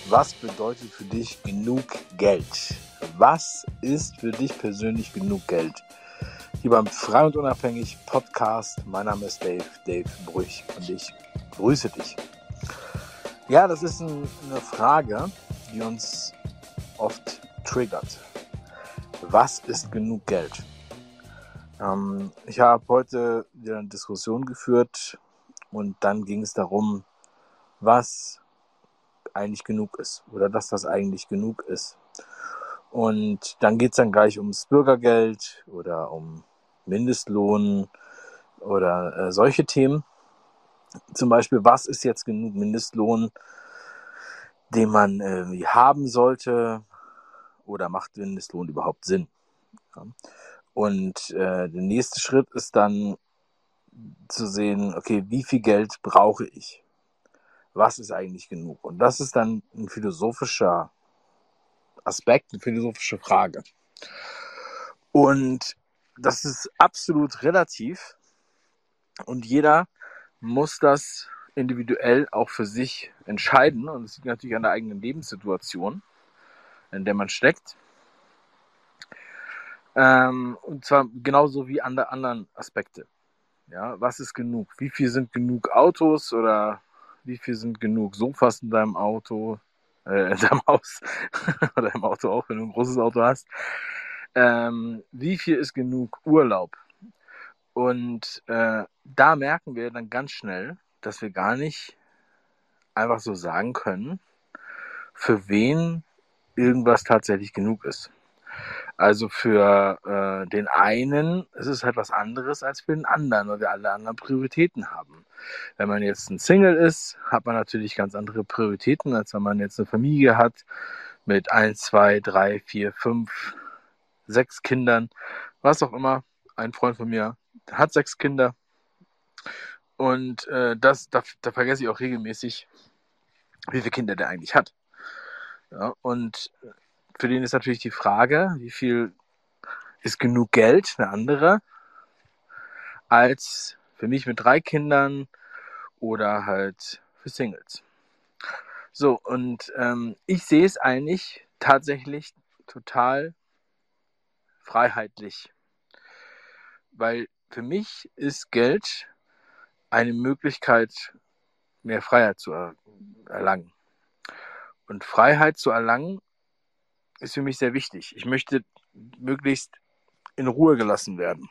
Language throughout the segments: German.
Was bedeutet für dich genug Geld? Was ist für dich persönlich genug Geld? Hier beim Frei und Unabhängig Podcast. Mein Name ist Dave Brüch und ich grüße dich. Ja, das ist eine Frage, die uns oft triggert. Was ist genug Geld? Ich habe heute wieder eine Diskussion geführt und dann ging es darum, was eigentlich genug ist oder dass das eigentlich genug ist. Und dann geht es dann gleich ums Bürgergeld oder um Mindestlohn oder solche Themen. Zum Beispiel, was ist jetzt genug Mindestlohn, den man haben sollte, oder macht Mindestlohn überhaupt Sinn? Ja. Und der nächste Schritt ist dann zu sehen, okay, wie viel Geld brauche ich? Was ist eigentlich genug? Und das ist dann ein philosophischer Aspekt, eine philosophische Frage. Und das ist absolut relativ und jeder muss das individuell auch für sich entscheiden. Und es liegt natürlich an der eigenen Lebenssituation, in der man steckt. Und zwar genauso wie an der anderen Aspekte. Ja, was ist genug? Wie viel sind genug Autos oder wie viel sind genug Sofas in deinem Auto, in deinem Haus oder im Auto auch, wenn du ein großes Auto hast? Wie viel ist genug Urlaub? Und da merken wir dann ganz schnell, dass wir gar nicht einfach so sagen können, für wen irgendwas tatsächlich genug ist. Also für den einen ist es halt was anderes als für den anderen, weil wir alle anderen Prioritäten haben. Wenn man jetzt ein Single ist, hat man natürlich ganz andere Prioritäten, als wenn man jetzt eine Familie hat mit 1, 2, 3, 4, 5, 6 Kindern, was auch immer. Ein Freund von mir hat 6 Kinder und da vergesse ich auch regelmäßig, wie viele Kinder der eigentlich hat. Ja, und für den ist natürlich die Frage, wie viel ist genug Geld, eine andere, als für mich mit 3 Kindern oder halt für Singles. So, und ich sehe es eigentlich tatsächlich total freiheitlich, weil für mich ist Geld eine Möglichkeit, mehr Freiheit zu erlangen. Und Freiheit zu erlangen ist für mich sehr wichtig. Ich möchte möglichst in Ruhe gelassen werden.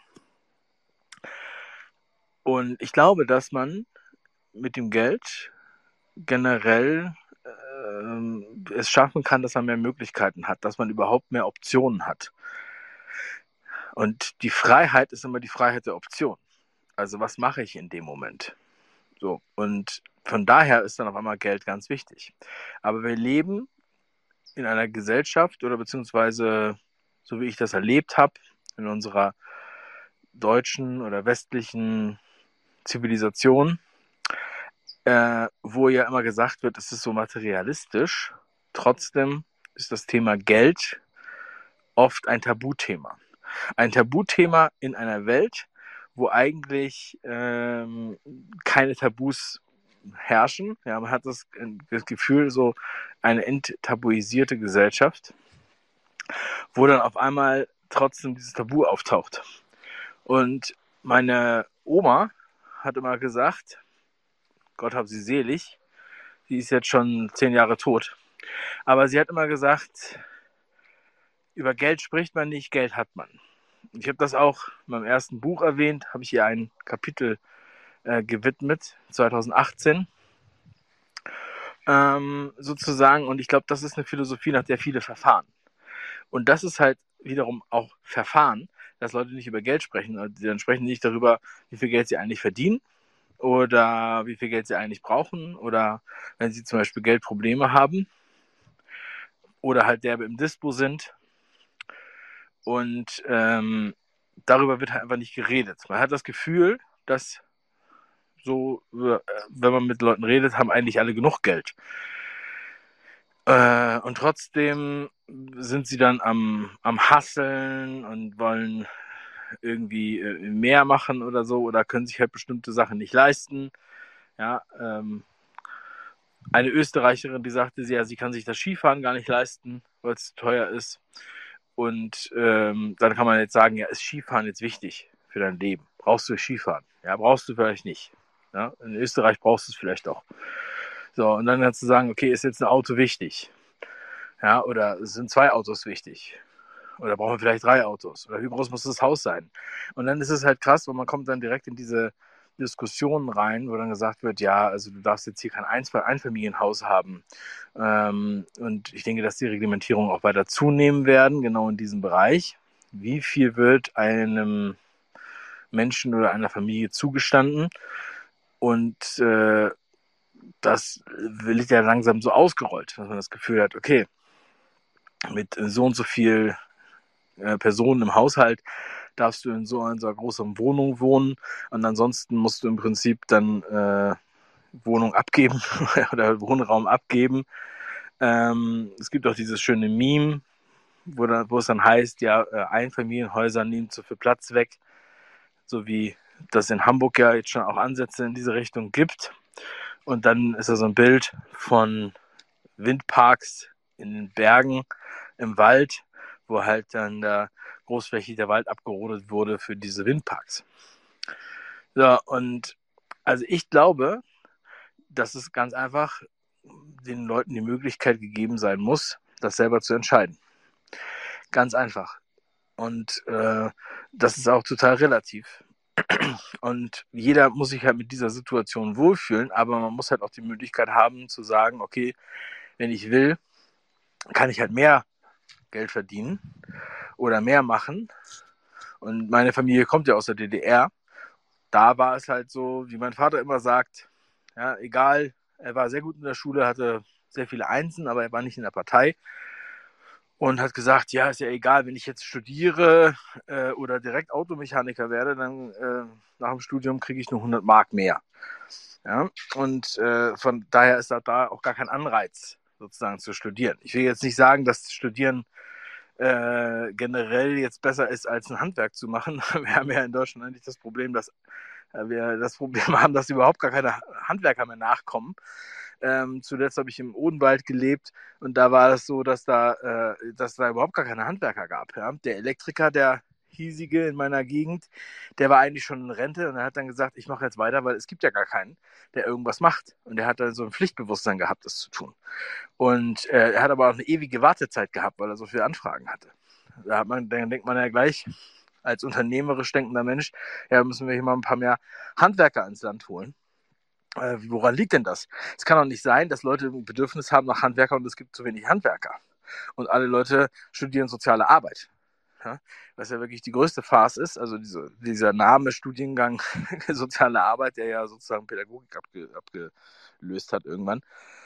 Und ich glaube, dass man mit dem Geld generell es schaffen kann, dass man mehr Möglichkeiten hat, dass man überhaupt mehr Optionen hat. Und die Freiheit ist immer die Freiheit der Option. Also was mache ich in dem Moment? So, und von daher ist dann auf einmal Geld ganz wichtig. Aber wir leben in einer Gesellschaft oder beziehungsweise, so wie ich das erlebt habe, in unserer deutschen oder westlichen Zivilisation, wo ja immer gesagt wird, es ist so materialistisch. Trotzdem ist das Thema Geld oft ein Tabuthema. Ein Tabuthema in einer Welt, wo eigentlich keine Tabus herrschen. Ja, man hat das Gefühl, so eine enttabuisierte Gesellschaft, wo dann auf einmal trotzdem dieses Tabu auftaucht. Und meine Oma hat immer gesagt, Gott hab sie selig, die ist jetzt schon 10 Jahre tot, aber sie hat immer gesagt, über Geld spricht man nicht, Geld hat man. Ich habe das auch in meinem ersten Buch erwähnt, habe ich ihr ein Kapitel gewidmet, 2018 sozusagen. Und ich glaube, das ist eine Philosophie, nach der viele verfahren. Und das ist halt wiederum auch Verfahren, dass Leute nicht über Geld sprechen. Also die dann sprechen nicht darüber, wie viel Geld sie eigentlich verdienen oder wie viel Geld sie eigentlich brauchen oder wenn sie zum Beispiel Geldprobleme haben oder halt derbe im Dispo sind. Und darüber wird halt einfach nicht geredet. Man hat das Gefühl, dass so, wenn man mit Leuten redet, haben eigentlich alle genug Geld. Und trotzdem sind sie dann am Hasseln und wollen irgendwie mehr machen oder so oder können sich halt bestimmte Sachen nicht leisten. Ja, eine Österreicherin, die sagte, sie kann sich das Skifahren gar nicht leisten, weil es zu teuer ist. Und dann kann man jetzt sagen, ja, ist Skifahren jetzt wichtig für dein Leben? Brauchst du Skifahren? Ja, brauchst du vielleicht nicht. Ja, in Österreich brauchst du es vielleicht auch. So, und dann kannst du sagen, okay, ist jetzt ein Auto wichtig? Ja, oder sind 2 Autos wichtig? Oder brauchen wir vielleicht 3 Autos? Oder wie groß muss das Haus sein? Und dann ist es halt krass, weil man kommt dann direkt in diese Diskussionen rein, wo dann gesagt wird, ja, also du darfst jetzt hier kein Einfamilienhaus haben. Und ich denke, dass die Reglementierungen auch weiter zunehmen werden, genau in diesem Bereich. Wie viel wird einem Menschen oder einer Familie zugestanden? Und das wird ja langsam so ausgerollt, dass man das Gefühl hat, okay, mit so und so viel Personen im Haushalt darfst du in so einer großen Wohnung wohnen und ansonsten musst du im Prinzip dann Wohnung abgeben oder Wohnraum abgeben. Es gibt auch dieses schöne Meme, wo es dann heißt, ja, Einfamilienhäuser nehmen zu viel Platz weg, so wie das in Hamburg ja jetzt schon auch Ansätze in diese Richtung gibt. Und dann ist da so ein Bild von Windparks in den Bergen im Wald, wo halt dann da großflächig der Wald abgerodet wurde für diese Windparks. Ja, und also ich glaube, dass es ganz einfach den Leuten die Möglichkeit gegeben sein muss, das selber zu entscheiden. Ganz einfach. Und das ist auch total relativ. Und jeder muss sich halt mit dieser Situation wohlfühlen, aber man muss halt auch die Möglichkeit haben zu sagen, okay, wenn ich will, kann ich halt mehr Geld verdienen oder mehr machen. Und meine Familie kommt ja aus der DDR. Da war es halt so, wie mein Vater immer sagt, ja, egal, er war sehr gut in der Schule, hatte sehr viele Einsen, aber er war nicht in der Partei und hat gesagt, ja, ist ja egal, wenn ich jetzt studiere oder direkt Automechaniker werde, dann nach dem Studium kriege ich nur 100 Mark mehr. Ja? Und von daher ist da auch gar kein Anreiz, sozusagen zu studieren. Ich will jetzt nicht sagen, dass Studieren generell jetzt besser ist, als ein Handwerk zu machen. Wir haben ja in Deutschland eigentlich das Problem, dass wir das Problem haben, dass überhaupt gar keine Handwerker mehr nachkommen. Zuletzt habe ich im Odenwald gelebt und da war es so, dass da überhaupt gar keine Handwerker gab. Ja? Der Elektriker, der hiesige in meiner Gegend, der war eigentlich schon in Rente und er hat dann gesagt, ich mache jetzt weiter, weil es gibt ja gar keinen, der irgendwas macht. Und er hat dann so ein Pflichtbewusstsein gehabt, das zu tun. Und er hat aber auch eine ewige Wartezeit gehabt, weil er so viele Anfragen hatte. Dann denkt man ja gleich, als unternehmerisch denkender Mensch, ja, müssen wir hier mal ein paar mehr Handwerker ins Land holen. Woran liegt denn das? Es kann doch nicht sein, dass Leute ein Bedürfnis haben nach Handwerker und es gibt zu wenig Handwerker. Und alle Leute studieren soziale Arbeit. Ja? Was ja wirklich die größte Farce ist, also dieser Name Studiengang soziale Arbeit, der ja sozusagen Pädagogik abgelöst hat irgendwann.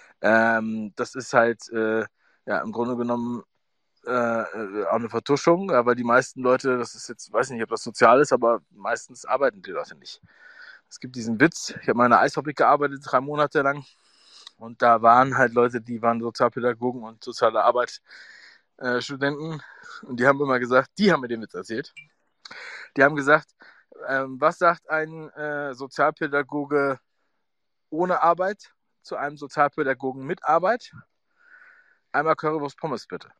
Das ist halt ja im Grunde genommen auch eine Vertuschung, aber die meisten Leute, das ist jetzt, weiß nicht, ob das sozial ist, aber meistens arbeiten die Leute nicht. Es gibt diesen Witz, ich habe mal in einer Eisfabrik gearbeitet, 3 Monate lang und da waren halt Leute, die waren Sozialpädagogen und soziale Arbeit Studenten und die haben immer gesagt, die haben mir den Witz erzählt, die haben gesagt, was sagt ein Sozialpädagoge ohne Arbeit zu einem Sozialpädagogen mit Arbeit? Einmal Currywurst Pommes bitte.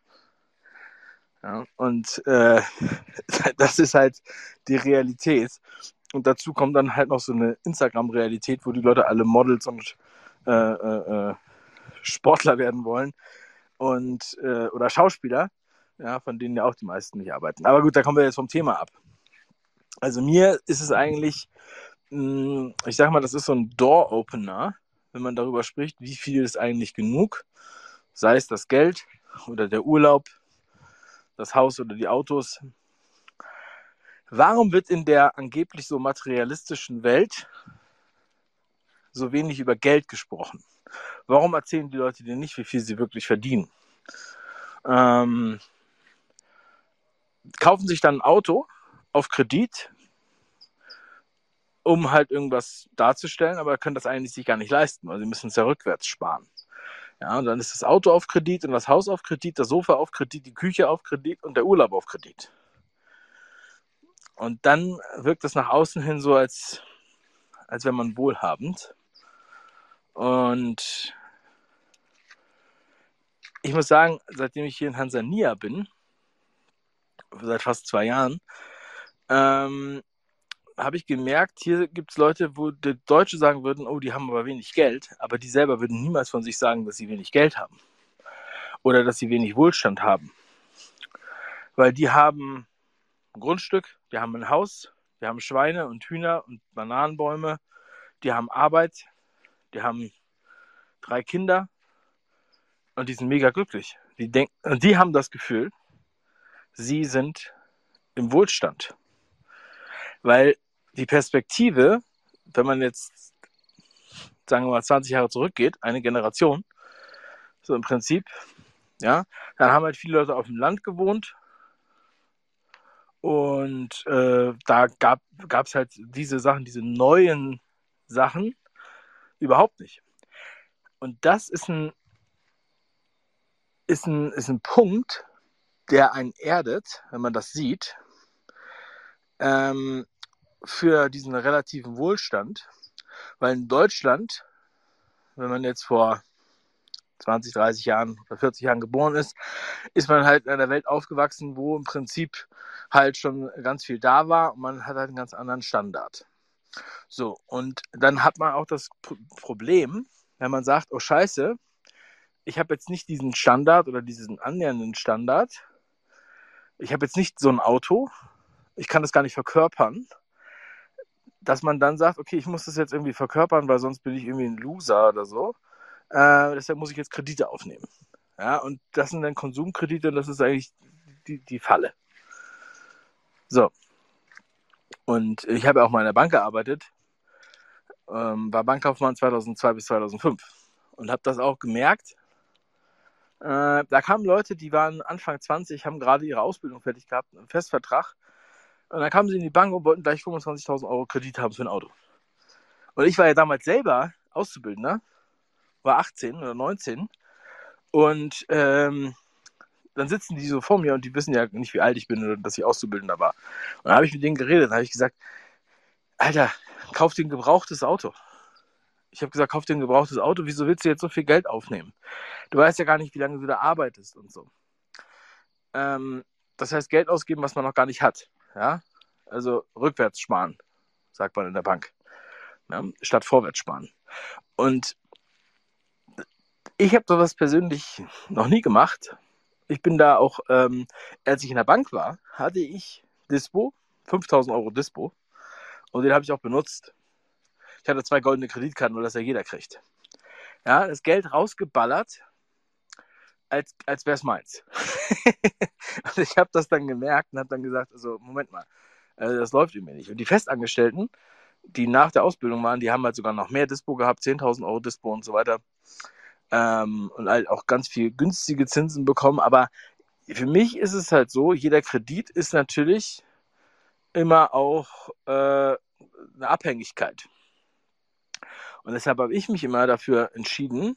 Ja, und das ist halt die Realität. Und dazu kommt dann halt noch so eine Instagram-Realität, wo die Leute alle Models und Sportler werden wollen und oder Schauspieler, ja, von denen ja auch die meisten nicht arbeiten. Aber gut, da kommen wir jetzt vom Thema ab. Also mir ist es eigentlich, ich sag mal, das ist so ein Door-Opener, wenn man darüber spricht, wie viel ist eigentlich genug, sei es das Geld oder der Urlaub, das Haus oder die Autos. Warum wird in der angeblich so materialistischen Welt so wenig über Geld gesprochen? Warum erzählen die Leute dir nicht, wie viel sie wirklich verdienen? Kaufen sich dann ein Auto auf Kredit, um halt irgendwas darzustellen, aber können das eigentlich sich gar nicht leisten, weil sie müssen es ja rückwärts sparen. Ja, und dann ist das Auto auf Kredit und das Haus auf Kredit, das Sofa auf Kredit, die Küche auf Kredit und der Urlaub auf Kredit. Und dann wirkt es nach außen hin so, als wäre man wohlhabend. Und ich muss sagen, seitdem ich hier in Tansania bin, seit fast 2 Jahren, habe ich gemerkt, hier gibt es Leute, wo die Deutsche sagen würden, oh, die haben aber wenig Geld, aber die selber würden niemals von sich sagen, dass sie wenig Geld haben oder dass sie wenig Wohlstand haben. Weil die haben ein Grundstück, die haben ein Haus, die haben Schweine und Hühner und Bananenbäume, die haben Arbeit, die haben 3 Kinder und die sind mega glücklich. Und die haben das Gefühl, sie sind im Wohlstand. Weil die Perspektive, wenn man jetzt, sagen wir mal, 20 Jahre zurückgeht, eine Generation, so im Prinzip, ja, dann haben halt viele Leute auf dem Land gewohnt und da gab es halt diese Sachen, diese neuen Sachen überhaupt nicht. Und das ist ein Punkt, der einen erdet, wenn man das sieht, für diesen relativen Wohlstand. Weil in Deutschland, wenn man jetzt vor 20, 30 Jahren oder 40 Jahren geboren ist, ist man halt in einer Welt aufgewachsen, wo im Prinzip halt schon ganz viel da war und man hat halt einen ganz anderen Standard. So, und dann hat man auch das Problem, wenn man sagt, oh Scheiße, ich habe jetzt nicht diesen Standard oder diesen annähernden Standard, ich habe jetzt nicht so ein Auto, ich kann das gar nicht verkörpern, dass man dann sagt, okay, ich muss das jetzt irgendwie verkörpern, weil sonst bin ich irgendwie ein Loser oder so. Deshalb muss ich jetzt Kredite aufnehmen. Ja, und das sind dann Konsumkredite und das ist eigentlich die Falle. So. Und ich habe auch mal in der Bank gearbeitet, war Bankkaufmann 2002 bis 2005 und habe das auch gemerkt. Da kamen Leute, die waren Anfang 20, haben gerade ihre Ausbildung fertig gehabt, einen Festvertrag. Und dann kamen sie in die Bank und wollten gleich 25.000 Euro Kredit haben für ein Auto. Und ich war ja damals selber Auszubildender, war 18 oder 19 und dann sitzen die so vor mir und die wissen ja nicht, wie alt ich bin oder dass ich Auszubildender war. Und dann habe ich mit denen geredet, dann habe ich gesagt, Alter, kauf dir ein gebrauchtes Auto. Ich habe gesagt, kauf dir ein gebrauchtes Auto, wieso willst du jetzt so viel Geld aufnehmen? Du weißt ja gar nicht, wie lange du da arbeitest und so. Das heißt, Geld ausgeben, was man noch gar nicht hat. Ja? Also rückwärts sparen, sagt man in der Bank. Ja? Statt vorwärts sparen. Und ich habe sowas persönlich noch nie gemacht. Ich bin da auch, als ich in der Bank war, hatte ich Dispo, 5.000 Euro Dispo. Und den habe ich auch benutzt. Ich hatte 2 goldene Kreditkarten, weil das ja jeder kriegt. Ja, das Geld rausgeballert, als wäre es meins. Und ich habe das dann gemerkt und habe dann gesagt, also Moment mal, das läuft irgendwie nicht. Und die Festangestellten, die nach der Ausbildung waren, die haben halt sogar noch mehr Dispo gehabt, 10.000 Euro Dispo und so weiter. Und halt auch ganz viel günstige Zinsen bekommen. Aber für mich ist es halt so, jeder Kredit ist natürlich immer auch eine Abhängigkeit. Und deshalb habe ich mich immer dafür entschieden,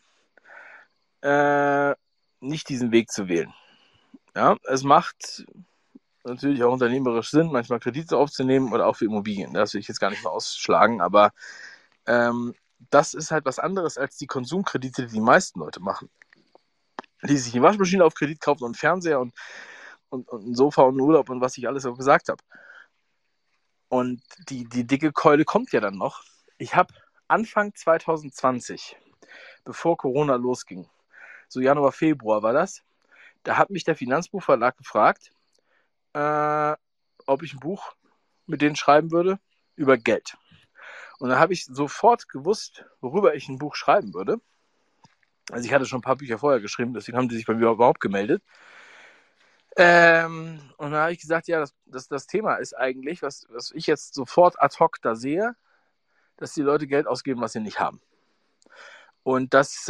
nicht diesen Weg zu wählen. Ja, es macht natürlich auch unternehmerisch Sinn, manchmal Kredite aufzunehmen oder auch für Immobilien. Das will ich jetzt gar nicht mal ausschlagen, aber das ist halt was anderes als die Konsumkredite, die meisten Leute machen. Die sich eine Waschmaschine auf Kredit kaufen und einen Fernseher und ein Sofa und einen Urlaub und was ich alles auch gesagt habe. Und die dicke Keule kommt ja dann noch. Ich habe Anfang 2020, bevor Corona losging, so Januar, Februar war das, da hat mich der Finanzbuchverlag gefragt, ob ich ein Buch mit denen schreiben würde über Geld. Und dann habe ich sofort gewusst, worüber ich ein Buch schreiben würde. Also ich hatte schon ein paar Bücher vorher geschrieben, deswegen haben die sich bei mir überhaupt gemeldet. Und dann habe ich gesagt, ja, das Thema ist eigentlich, was ich jetzt sofort ad hoc da sehe, dass die Leute Geld ausgeben, was sie nicht haben. Und das,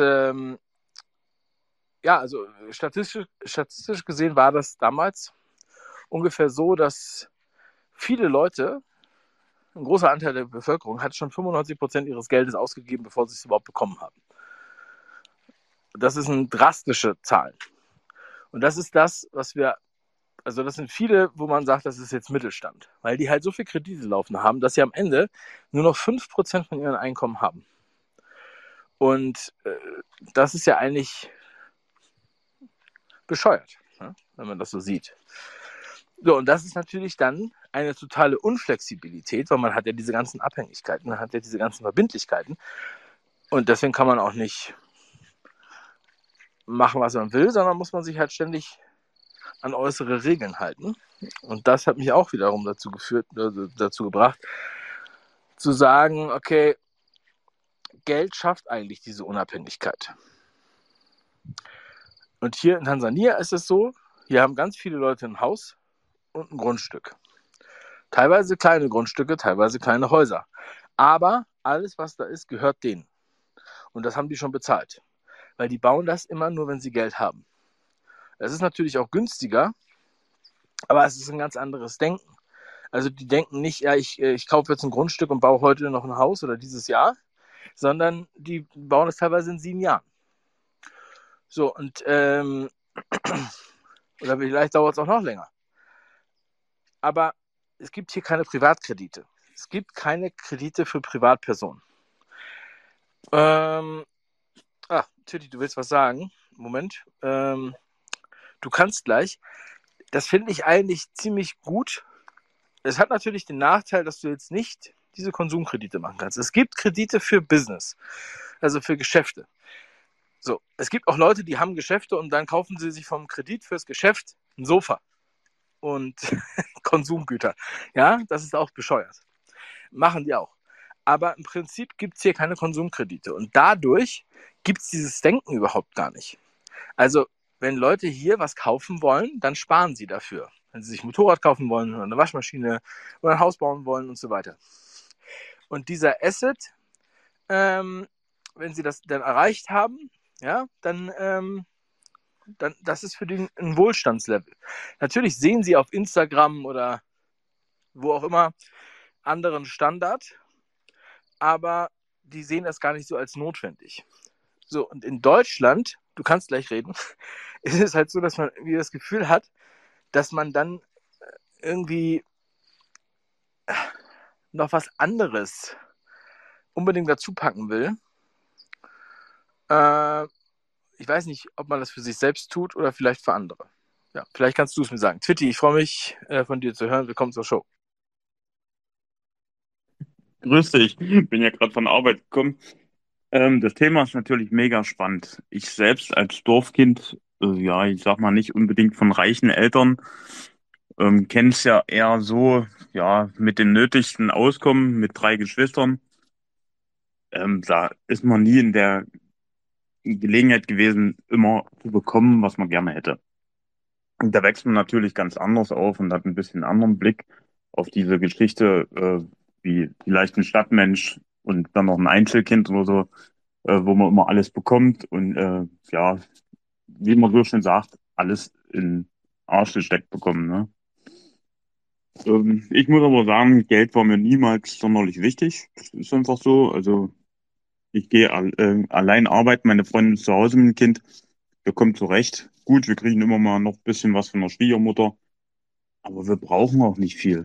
also statistisch gesehen war das damals ungefähr so, dass viele Leute, ein großer Anteil der Bevölkerung, hat schon 95% ihres Geldes ausgegeben, bevor sie es überhaupt bekommen haben. Das ist eine drastische Zahl. Und das ist das, was wir, also das sind viele, wo man sagt, das ist jetzt Mittelstand, weil die halt so viel Kredite laufen haben, dass sie am Ende nur noch 5% von ihrem Einkommen haben. Und das ist ja eigentlich bescheuert, ne? Wenn man das so sieht. So, und das ist natürlich dann eine totale Unflexibilität, weil man hat ja diese ganzen Abhängigkeiten, man hat ja diese ganzen Verbindlichkeiten. Und deswegen kann man auch nicht machen, was man will, sondern muss man sich halt ständig an äußere Regeln halten. Und das hat mich auch wiederum dazu gebracht, zu sagen, okay, Geld schafft eigentlich diese Unabhängigkeit. Und hier in Tansania ist es so, hier haben ganz viele Leute ein Haus und ein Grundstück. Teilweise kleine Grundstücke, teilweise kleine Häuser. Aber alles, was da ist, gehört denen. Und das haben die schon bezahlt. Weil die bauen das immer nur, wenn sie Geld haben. Es ist natürlich auch günstiger, aber es ist ein ganz anderes Denken. Also die denken nicht, ja, ich kaufe jetzt ein Grundstück und baue heute noch ein Haus oder dieses Jahr, sondern die bauen es teilweise in 7 Jahren. So, und oder vielleicht dauert es auch noch länger. Aber es gibt hier keine Privatkredite. Es gibt keine Kredite für Privatpersonen. Titi, du willst was sagen? Moment. Du kannst gleich. Das finde ich eigentlich ziemlich gut. Es hat natürlich den Nachteil, dass du jetzt nicht diese Konsumkredite machen kannst. Es gibt Kredite für Business, also für Geschäfte. So, es gibt auch Leute, die haben Geschäfte und dann kaufen sie sich vom Kredit fürs Geschäft ein Sofa und Konsumgüter. Ja, das ist auch bescheuert. Machen die auch. Aber im Prinzip gibt es hier keine Konsumkredite und dadurch gibt es dieses Denken überhaupt gar nicht. Also, wenn Leute hier was kaufen wollen, dann sparen sie dafür. Wenn sie sich ein Motorrad kaufen wollen oder eine Waschmaschine oder ein Haus bauen wollen und so weiter. Und dieser Asset, wenn sie das dann erreicht haben, ja, dann das ist für die ein Wohlstandslevel. Natürlich sehen sie auf Instagram oder wo auch immer anderen Standard, aber die sehen das gar nicht so als notwendig. So, und in Deutschland, du kannst gleich reden, ist es halt so, dass man irgendwie das Gefühl hat, dass man dann irgendwie noch was anderes unbedingt dazu packen will. Ich weiß nicht, ob man das für sich selbst tut oder vielleicht für andere. Ja, vielleicht kannst du es mir sagen. Twitti, ich freue mich, von dir zu hören. Willkommen zur Show. Grüß dich, bin ja gerade von Arbeit gekommen. Das Thema ist natürlich mega spannend. Ich selbst als Dorfkind, ja, ich sag mal nicht unbedingt von reichen Eltern, kenne es ja eher so, ja, mit dem Nötigsten auskommen, mit 3 Geschwistern. Da ist man nie in der Gelegenheit gewesen, immer zu bekommen, was man gerne hätte. Und da wächst man natürlich ganz anders auf und hat ein bisschen anderen Blick auf diese Geschichte, wie vielleicht ein Stadtmensch und dann noch ein Einzelkind oder so, wo man immer alles bekommt und ja, wie man so schön sagt, alles in den Arsch gesteckt bekommen. Ne? Ich muss aber sagen, Geld war mir niemals sonderlich wichtig. Das ist einfach so. Also ich gehe allein arbeiten, meine Freundin ist zu Hause mit dem Kind, wir kommen zurecht. Gut, wir kriegen immer mal noch ein bisschen was von der Schwiegermutter, aber wir brauchen auch nicht viel.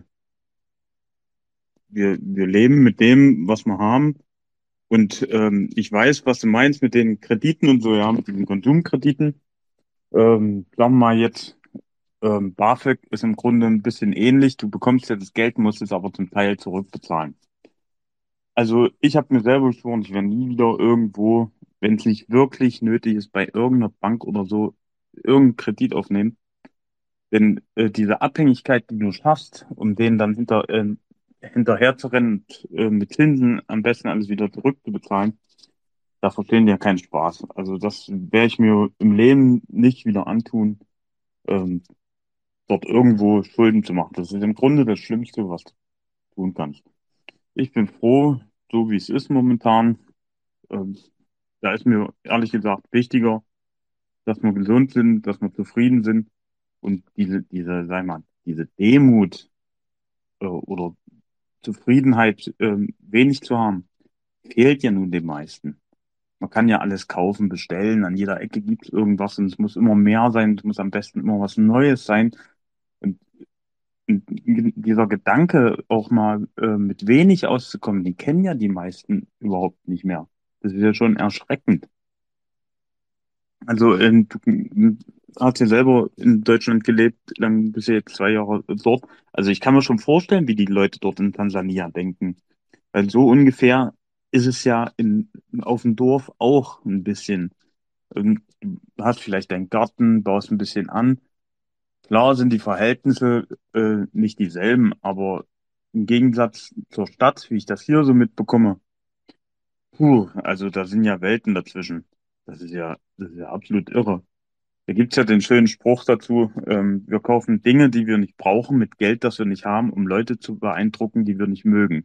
Wir leben mit dem, was wir haben. Und ich weiß, was du meinst mit den Krediten und so, ja, mit diesen Konsumkrediten. Sagen wir mal jetzt, BAföG ist im Grunde ein bisschen ähnlich. Du bekommst ja das Geld, musst es aber zum Teil zurückbezahlen. Also ich habe mir selber geschworen, ich werde nie wieder irgendwo, wenn es nicht wirklich nötig ist, bei irgendeiner Bank oder so, irgendeinen Kredit aufnehmen. Denn diese Abhängigkeit, die du schaffst, um den dann hinterher zu rennen und mit Zinsen am besten alles wieder zurückzubezahlen, da verstehen die ja keinen Spaß. Also das werde ich mir im Leben nicht wieder antun, ähm, dort irgendwo Schulden zu machen. Das ist im Grunde das Schlimmste, was du tun kannst. Ich bin froh, so wie es ist momentan. Ähm, Da ist mir ehrlich gesagt wichtiger, dass wir gesund sind, dass wir zufrieden sind und sag ich mal, diese Demut oder Zufriedenheit, wenig zu haben, fehlt ja nun den meisten. Man kann ja alles kaufen, bestellen, an jeder Ecke gibt es irgendwas und es muss immer mehr sein, es muss am besten immer was Neues sein. Und, und dieser Gedanke, auch mal mit wenig auszukommen, den kennen ja die meisten überhaupt nicht mehr. Das ist ja schon erschreckend. Also hast ja selber in Deutschland gelebt, dann bist du jetzt 2 Jahre dort. Also ich kann mir schon vorstellen, wie die Leute dort in Tansania denken. Weil so ungefähr ist es ja auf dem Dorf auch ein bisschen. Du hast vielleicht deinen Garten, baust ein bisschen an. Klar sind die Verhältnisse nicht dieselben, aber im Gegensatz zur Stadt, wie ich das hier so mitbekomme, also da sind ja Welten dazwischen. Das ist ja absolut irre. Da gibt's ja den schönen Spruch dazu, wir kaufen Dinge, die wir nicht brauchen, mit Geld, das wir nicht haben, um Leute zu beeindrucken, die wir nicht mögen.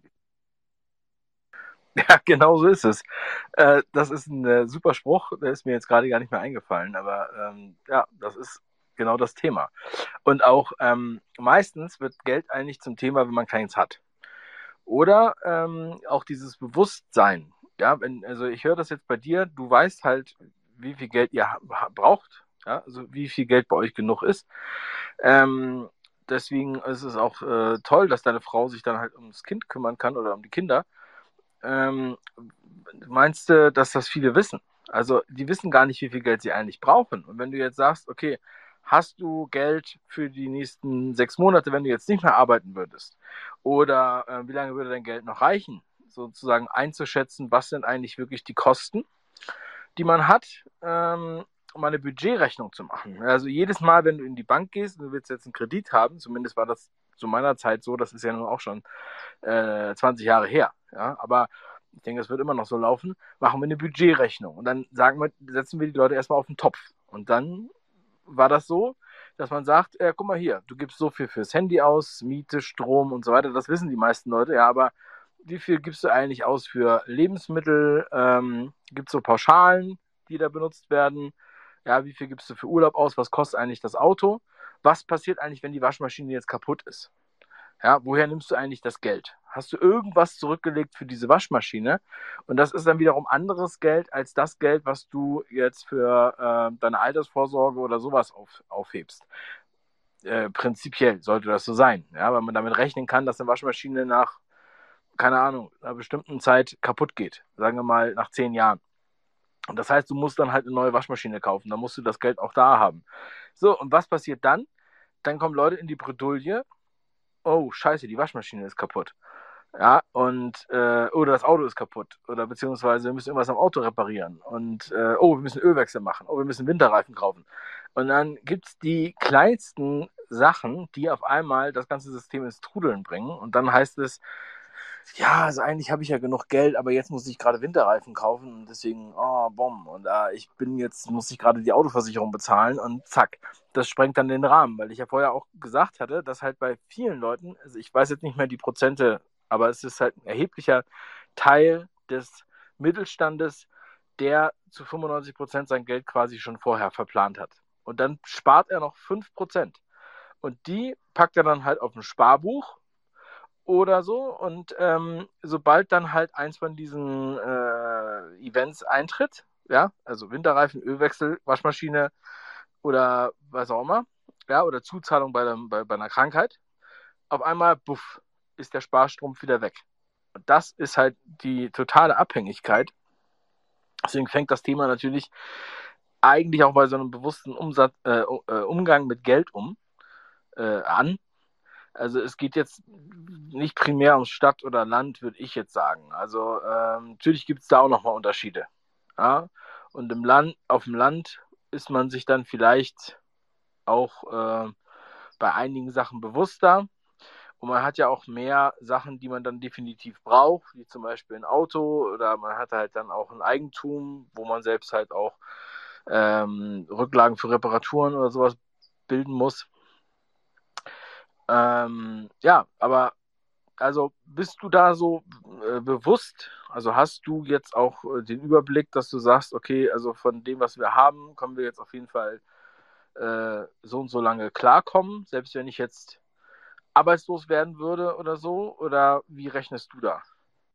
Ja, genau so ist es. Das ist ein super Spruch, der ist mir jetzt gerade gar nicht mehr eingefallen, aber ja, das ist genau das Thema. Und auch meistens wird Geld eigentlich zum Thema, wenn man keins hat. Oder auch dieses Bewusstsein. Ja, also ich höre das jetzt bei dir, du weißt halt, wie viel Geld ihr braucht, ja, also wie viel Geld bei euch genug ist. Ähm, Deswegen ist es auch toll, dass deine Frau sich dann halt ums Kind kümmern kann oder um die Kinder. Ähm, Meinst du, dass das viele wissen? Also die wissen gar nicht, wie viel Geld sie eigentlich brauchen. Und wenn du jetzt sagst, okay, hast du Geld für die nächsten 6 Monate, wenn du jetzt nicht mehr arbeiten würdest? Oder wie lange würde dein Geld noch reichen? Sozusagen einzuschätzen, was sind eigentlich wirklich die Kosten, die man hat, um eine Budgetrechnung zu machen. Also jedes Mal, wenn du in die Bank gehst und du willst jetzt einen Kredit haben, zumindest war das zu meiner Zeit so, das ist ja nun auch schon 20 Jahre her. Ja? Aber ich denke, es wird immer noch so laufen, machen wir eine Budgetrechnung. Und dann setzen wir die Leute erstmal auf den Topf. Und dann war das so, dass man sagt, guck mal hier, du gibst so viel fürs Handy aus, Miete, Strom und so weiter. Das wissen die meisten Leute, ja, aber wie viel gibst du eigentlich aus für Lebensmittel? Gibt es so Pauschalen, die da benutzt werden? Ja, wie viel gibst du für Urlaub aus? Was kostet eigentlich das Auto? Was passiert eigentlich, wenn die Waschmaschine jetzt kaputt ist? Ja, woher nimmst du eigentlich das Geld? Hast du irgendwas zurückgelegt für diese Waschmaschine? Und das ist dann wiederum anderes Geld als das Geld, was du jetzt für deine Altersvorsorge oder sowas aufhebst. Prinzipiell sollte das so sein, ja, weil man damit rechnen kann, dass eine Waschmaschine nach, keine Ahnung, einer bestimmten Zeit kaputt geht. Sagen wir mal nach 10 Jahren. Und das heißt, du musst dann halt eine neue Waschmaschine kaufen. Dann musst du das Geld auch da haben. So, und was passiert dann? Dann kommen Leute in die Bredouille. Oh, scheiße, die Waschmaschine ist kaputt. Ja, und oder das Auto ist kaputt. Oder beziehungsweise wir müssen irgendwas am Auto reparieren. Und oh, wir müssen Ölwechsel machen. Oh, wir müssen Winterreifen kaufen. Und dann gibt es die kleinsten Sachen, die auf einmal das ganze System ins Trudeln bringen. Und dann heißt es, ja, also eigentlich habe ich ja genug Geld, aber jetzt muss ich gerade Winterreifen kaufen und deswegen, oh, Bom. Und muss ich gerade die Autoversicherung bezahlen und zack, das sprengt dann den Rahmen, weil ich ja vorher auch gesagt hatte, dass halt bei vielen Leuten, also ich weiß jetzt nicht mehr die Prozente, aber es ist halt ein erheblicher Teil des Mittelstandes, der zu 95% sein Geld quasi schon vorher verplant hat. Und dann spart er noch 5%. Und die packt er dann halt auf ein Sparbuch oder so. Und sobald dann halt eins von diesen Events eintritt, ja, also Winterreifen, Ölwechsel, Waschmaschine oder was auch immer, ja, oder Zuzahlung bei einer Krankheit, auf einmal, buff, ist der Sparstrumpf wieder weg. Und das ist halt die totale Abhängigkeit. Deswegen fängt das Thema natürlich eigentlich auch bei so einem bewussten Umgang mit Geld an. Also es geht jetzt nicht primär um Stadt oder Land, würde ich jetzt sagen. Also natürlich gibt es da auch nochmal Unterschiede. Ja? Und auf dem Land ist man sich dann vielleicht auch bei einigen Sachen bewusster. Und man hat ja auch mehr Sachen, die man dann definitiv braucht, wie zum Beispiel ein Auto oder man hat halt dann auch ein Eigentum, wo man selbst halt auch Rücklagen für Reparaturen oder sowas bilden muss. Ja, aber also bist du da so bewusst? Also hast du jetzt auch den Überblick, dass du sagst, okay, also von dem, was wir haben, können wir jetzt auf jeden Fall so und so lange klarkommen, selbst wenn ich jetzt arbeitslos werden würde oder so? Oder wie rechnest du da?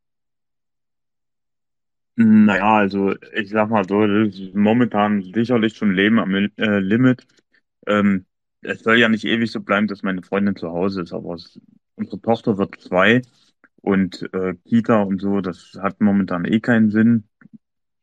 Naja, also ich sag mal so, das ist momentan sicherlich schon Leben am Limit. Ähm, Es soll ja nicht ewig so bleiben, dass meine Freundin zu Hause ist, aber unsere Tochter wird 2 und Kita und so, das hat momentan eh keinen Sinn.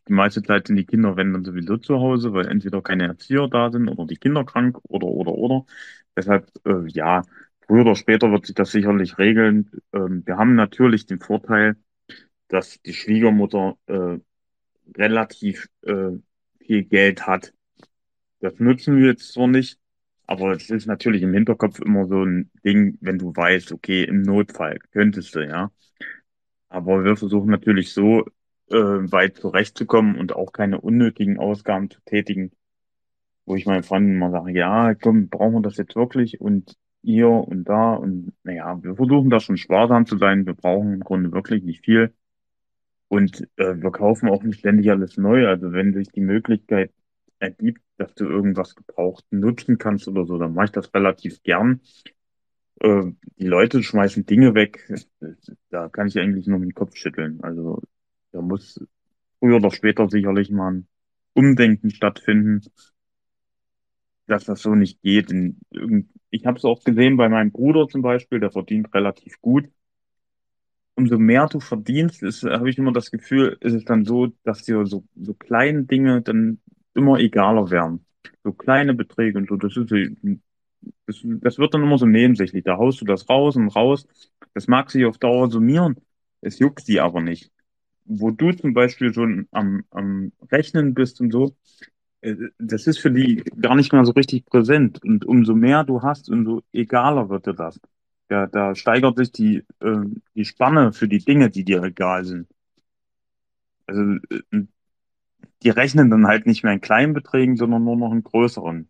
die meiste Zeit sind die Kinder, wenn dann sowieso zu Hause, weil entweder keine Erzieher da sind oder die Kinder krank oder. Deshalb, ja, früher oder später wird sich das sicherlich regeln. Wir haben natürlich den Vorteil, dass die Schwiegermutter relativ viel Geld hat. Das nutzen wir jetzt zwar nicht, aber es ist natürlich im Hinterkopf immer so ein Ding, wenn du weißt, okay, im Notfall könntest du, ja. Aber wir versuchen natürlich so weit zurechtzukommen und auch keine unnötigen Ausgaben zu tätigen, wo ich meinen Freunden mal sage, ja, komm, brauchen wir das jetzt wirklich? Und hier und da und naja, wir versuchen da schon sparsam zu sein. Wir brauchen im Grunde wirklich nicht viel. Und wir kaufen auch nicht ständig alles neu. Also wenn sich die Möglichkeit ergibt, dass du irgendwas gebraucht nutzen kannst oder so, dann mache ich das relativ gern. Die Leute schmeißen Dinge weg. Da kann ich eigentlich nur den Kopf schütteln. Also da muss früher oder später sicherlich mal ein Umdenken stattfinden, dass das so nicht geht. Ich habe es auch gesehen bei meinem Bruder zum Beispiel, der verdient relativ gut. Umso mehr du verdienst, habe ich immer das Gefühl, ist es dann so, dass dir so kleine Dinge dann immer egaler werden. So kleine Beträge und so, das wird dann immer so nebensächlich. Da haust du das raus und raus. Das mag sich auf Dauer summieren. Es juckt sie aber nicht. Wo du zum Beispiel schon am Rechnen bist und so, das ist für die gar nicht mehr so richtig präsent. Und umso mehr du hast, umso egaler wird dir das. Da steigert sich die Spanne für die Dinge, die dir egal sind. Also die rechnen dann halt nicht mehr in kleinen Beträgen, sondern nur noch in größeren.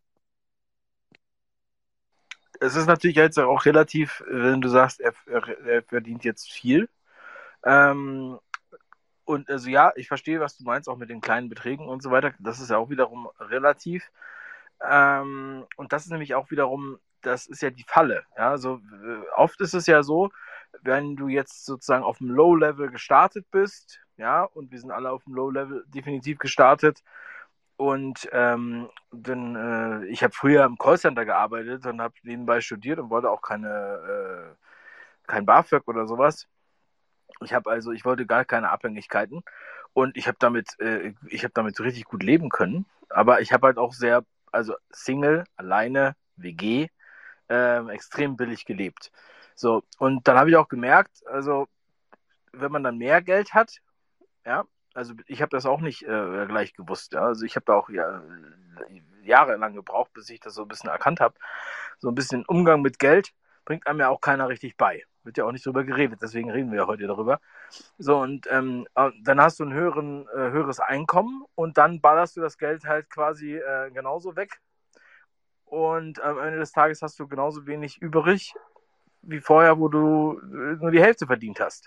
Es ist natürlich jetzt auch relativ, wenn du sagst, er verdient jetzt viel. Ähm, und also ja, ich verstehe, was du meinst, auch mit den kleinen Beträgen und so weiter. Das ist ja auch wiederum relativ. Und das ist nämlich auch wiederum, das ist ja die Falle. Ja? Also oft ist es ja so, wenn du jetzt sozusagen auf dem Low-Level gestartet bist, ja, und wir sind alle auf dem Low-Level definitiv gestartet. Und dann, ich habe früher im Callcenter gearbeitet und habe nebenbei studiert und wollte auch kein BAföG oder sowas. Ich wollte gar keine Abhängigkeiten und ich habe damit richtig gut leben können. Aber ich habe halt auch also Single, alleine, WG, extrem billig gelebt. So, und dann habe ich auch gemerkt, also wenn man dann mehr Geld hat, ja, also ich habe das auch nicht gleich gewusst, ja. Also ich habe da auch jahrelang gebraucht, bis ich das so ein bisschen erkannt habe. So ein bisschen Umgang mit Geld bringt einem ja auch keiner richtig bei. Wird ja auch nicht drüber geredet, deswegen reden wir ja heute darüber. So, und dann hast du ein höheres Einkommen und dann ballerst du das Geld halt quasi genauso weg. Und am Ende des Tages hast du genauso wenig übrig wie vorher, wo du nur die Hälfte verdient hast.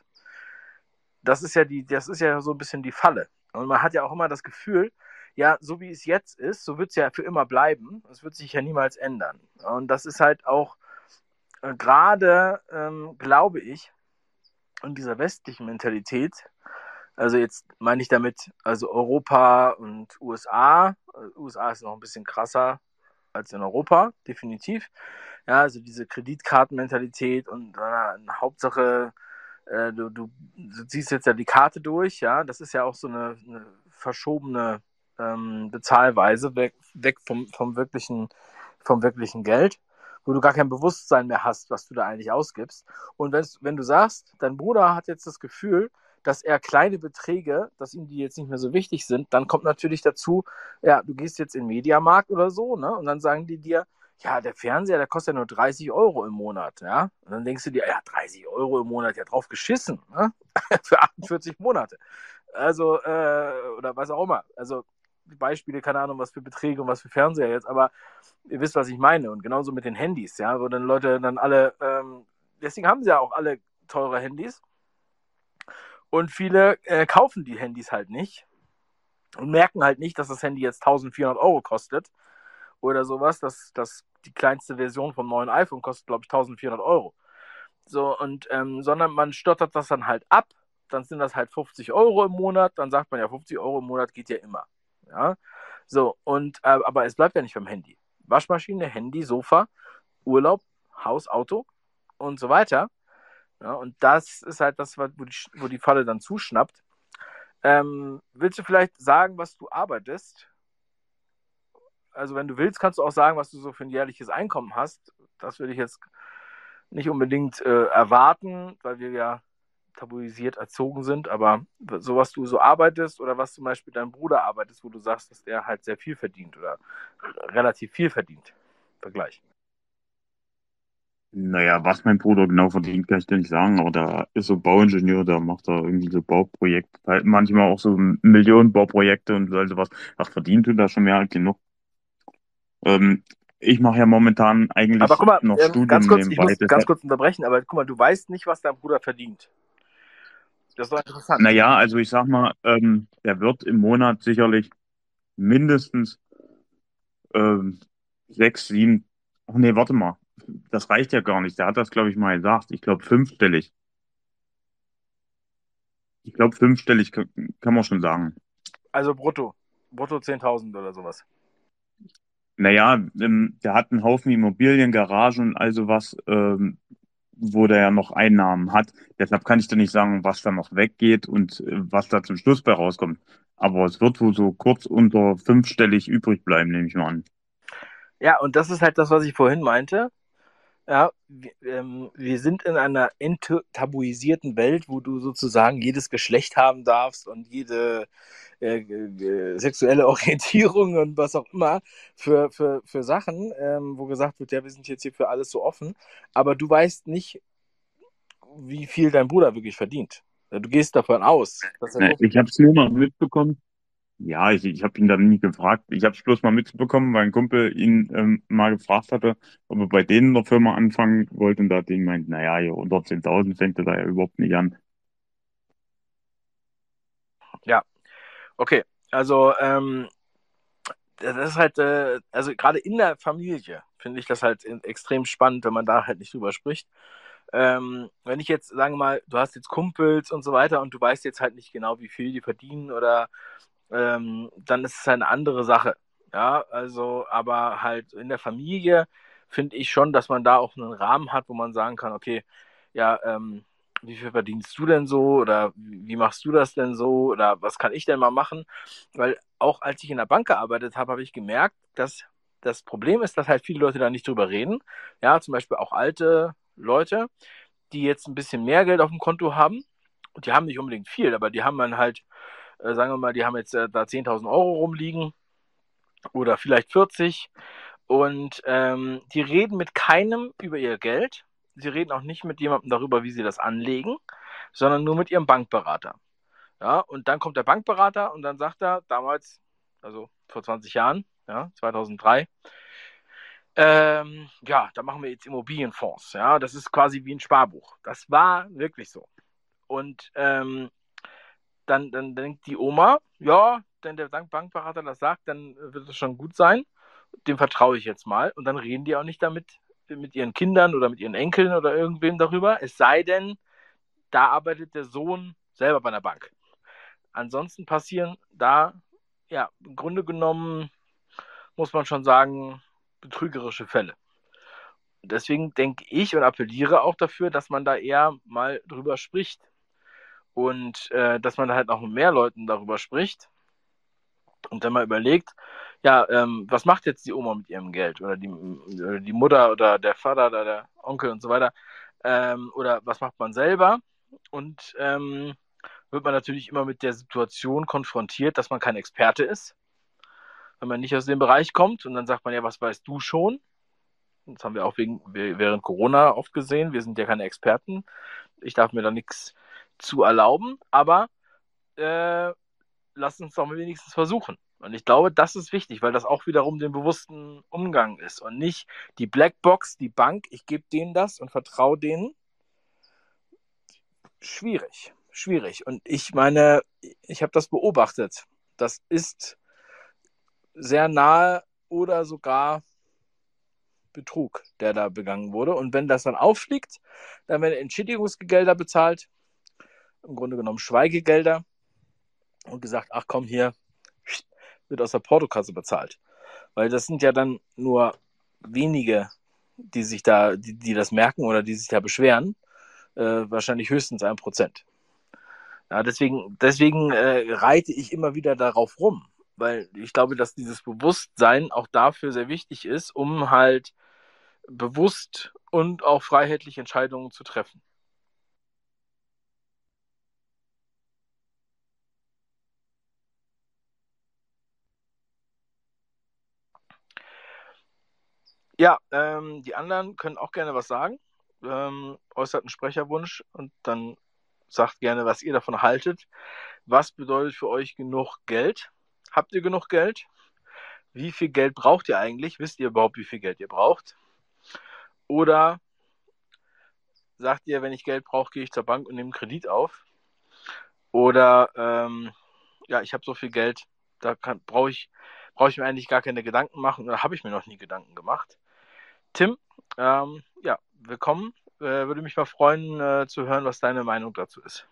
Das ist ja so ein bisschen die Falle. Und man hat ja auch immer das Gefühl, ja, so wie es jetzt ist, so wird es ja für immer bleiben. Es wird sich ja niemals ändern. Und das ist halt auch gerade, glaube ich, in dieser westlichen Mentalität, also jetzt meine ich damit, also Europa und USA. USA ist noch ein bisschen krasser als in Europa, definitiv. Ja, also diese Kreditkartenmentalität und Hauptsache, du ziehst jetzt ja die Karte durch, ja, das ist ja auch so eine verschobene Bezahlweise, weg vom wirklichen Geld, wo du gar kein Bewusstsein mehr hast, was du da eigentlich ausgibst. Und wenn du sagst, dein Bruder hat jetzt das Gefühl, dass er kleine Beträge, dass ihm die jetzt nicht mehr so wichtig sind, dann kommt natürlich dazu, ja, du gehst jetzt in den Mediamarkt oder so, ne, und dann sagen die dir, ja, der Fernseher, der kostet ja nur 30 Euro im Monat, ja. Und dann denkst du dir, ja, 30 Euro im Monat, ja, drauf geschissen, ne? Für 48 Monate. Also, oder was auch immer. Also, Beispiele, keine Ahnung, was für Beträge und was für Fernseher jetzt, aber ihr wisst, was ich meine. Und genauso mit den Handys, ja, wo dann Leute dann alle, deswegen haben sie ja auch alle teure Handys. Und viele kaufen die Handys halt nicht und merken halt nicht, dass das Handy jetzt 1400 Euro kostet oder sowas. Die kleinste Version vom neuen iPhone kostet, glaube ich, 1400 Euro. So, und sondern man stottert das dann halt ab. Dann sind das halt 50 Euro im Monat. Dann sagt man ja, 50 Euro im Monat geht ja immer. Ja, so, und aber es bleibt ja nicht beim Handy. Waschmaschine, Handy, Sofa, Urlaub, Haus, Auto und so weiter. Ja, und das ist halt das, wo die Falle dann zuschnappt. Willst du vielleicht sagen, was du arbeitest? Also wenn du willst, kannst du auch sagen, was du so für ein jährliches Einkommen hast. Das würde ich jetzt nicht unbedingt erwarten, weil wir ja tabuisiert erzogen sind, aber so was du so arbeitest oder was zum Beispiel dein Bruder arbeitest, wo du sagst, dass der halt sehr viel verdient oder relativ viel verdient. Vergleich. Naja, was mein Bruder genau verdient, kann ich dir nicht sagen, aber der ist so Bauingenieur, der macht da irgendwie so Bauprojekte, halt manchmal auch so Millionenbauprojekte und all sowas. Ach, verdient tut er schon mehr als genug. Ähm, Ich mache ja momentan Aber eigentlich guck mal, noch ganz Studium kurz, ich nebenbei. muss ganz kurz unterbrechen, aber guck mal, du weißt nicht, was dein Bruder verdient. Das ist doch interessant. Naja, also ich sag mal, der wird im Monat sicherlich mindestens ähm, sechs, sieben, ach nee, warte mal, das reicht ja gar nicht. Der hat das, glaube ich, mal gesagt. Ich glaube fünfstellig. Ich glaube fünfstellig kann man schon sagen. Also brutto. Brutto 10.000 oder sowas. Naja, der hat einen Haufen Immobilien, Garagen und all sowas, wo der ja noch Einnahmen hat. Deshalb kann ich dir nicht sagen, was da noch weggeht und was da zum Schluss bei rauskommt. Aber es wird wohl so kurz unter fünfstellig übrig bleiben, nehme ich mal an. Ja, und das ist halt das, was ich vorhin meinte. Ja, wir sind in einer enttabuisierten Welt, wo du sozusagen jedes Geschlecht haben darfst und jede sexuelle Orientierung und was auch immer für Sachen, wo gesagt wird, ja, wir sind jetzt hier für alles so offen, aber du weißt nicht, wie viel dein Bruder wirklich verdient. Du gehst davon aus, dass er so viel Ich habe es nur mal mitbekommen. Ja, ich habe ihn dann nie gefragt. Ich habe es bloß mal mitbekommen, weil ein Kumpel ihn mal gefragt hatte, ob er bei denen in der Firma anfangen wollte. Und da hat ihn meint, naja, hier unter 10.000 fängt er da ja überhaupt nicht an. Ja, okay. Also, das ist halt, also gerade in der Familie finde ich das halt extrem spannend, wenn man da halt nicht drüber spricht. Wenn ich jetzt, sagen wir mal, du hast jetzt Kumpels und so weiter und du weißt jetzt halt nicht genau, wie viel die verdienen oder dann ist es halt eine andere Sache. Ja, also, aber halt in der Familie finde ich schon, dass man da auch einen Rahmen hat, wo man sagen kann, okay, ja, wie viel verdienst du denn so oder wie machst du das denn so oder was kann ich denn mal machen? Weil auch als ich in der Bank gearbeitet habe, habe ich gemerkt, dass das Problem ist, dass halt viele Leute da nicht drüber reden. Ja, zum Beispiel auch alte Leute, die jetzt ein bisschen mehr Geld auf dem Konto haben. Und die haben nicht unbedingt viel, aber die haben dann halt, sagen wir mal, die haben jetzt da 10.000 Euro rumliegen oder vielleicht 40 und die reden mit keinem über ihr Geld. Sie reden auch nicht mit jemandem darüber, wie sie das anlegen, sondern nur mit ihrem Bankberater. Ja, und dann kommt der Bankberater und dann sagt er damals, also vor 20 Jahren, ja, 2003, ja, da machen wir jetzt Immobilienfonds. Ja, das ist quasi wie ein Sparbuch. Das war wirklich so. Und dann denkt die Oma, ja, wenn der Bankberater das sagt, dann wird es schon gut sein. Dem vertraue ich jetzt mal. Und dann reden die auch nicht damit mit ihren Kindern oder mit ihren Enkeln oder irgendwem darüber. Es sei denn, da arbeitet der Sohn selber bei einer Bank. Ansonsten passieren da, ja, im Grunde genommen, muss man schon sagen, betrügerische Fälle. Deswegen denke ich und appelliere auch dafür, dass man da eher mal drüber spricht und dass man da halt auch mit mehr Leuten darüber spricht und dann mal überlegt, ja, was macht jetzt die Oma mit ihrem Geld oder die Mutter oder der Vater oder der Onkel und so weiter oder was macht man selber und wird man natürlich immer mit der Situation konfrontiert, dass man kein Experte ist, wenn man nicht aus dem Bereich kommt und dann sagt man ja, was weißt du schon? Das haben wir auch während Corona oft gesehen. Wir sind ja keine Experten. Ich darf mir da nichts zu erlauben, aber äh, lass uns doch mal wenigstens versuchen. Und ich glaube, das ist wichtig, weil das auch wiederum den bewussten Umgang ist und nicht die Blackbox, die Bank, ich gebe denen das und vertraue denen. Schwierig, schwierig. Und ich meine, ich habe das beobachtet. Das ist sehr nahe oder sogar Betrug, der da begangen wurde. Und wenn das dann auffliegt, dann werden Entschädigungsgelder bezahlt, im Grunde genommen Schweigegelder und gesagt, ach komm hier, wird aus der Portokasse bezahlt. Weil das sind ja dann nur wenige, die das merken oder die sich da beschweren. Wahrscheinlich höchstens 1%. Ja, deswegen reite ich immer wieder darauf rum, weil ich glaube, dass dieses Bewusstsein auch dafür sehr wichtig ist, um halt bewusst und auch freiheitlich Entscheidungen zu treffen. Ja, die anderen können auch gerne was sagen. Äußert einen Sprecherwunsch und dann sagt gerne, was ihr davon haltet. Was bedeutet für euch genug Geld? Habt ihr genug Geld? Wie viel Geld braucht ihr eigentlich? Wisst ihr überhaupt, wie viel Geld ihr braucht? Oder sagt ihr, wenn ich Geld brauche, gehe ich zur Bank und nehme einen Kredit auf? Oder ja, ich habe so viel Geld, da brauche ich mir eigentlich gar keine Gedanken machen oder habe ich mir noch nie Gedanken gemacht. Tim, ja, willkommen. Würde mich mal freuen zu hören, was deine Meinung dazu ist.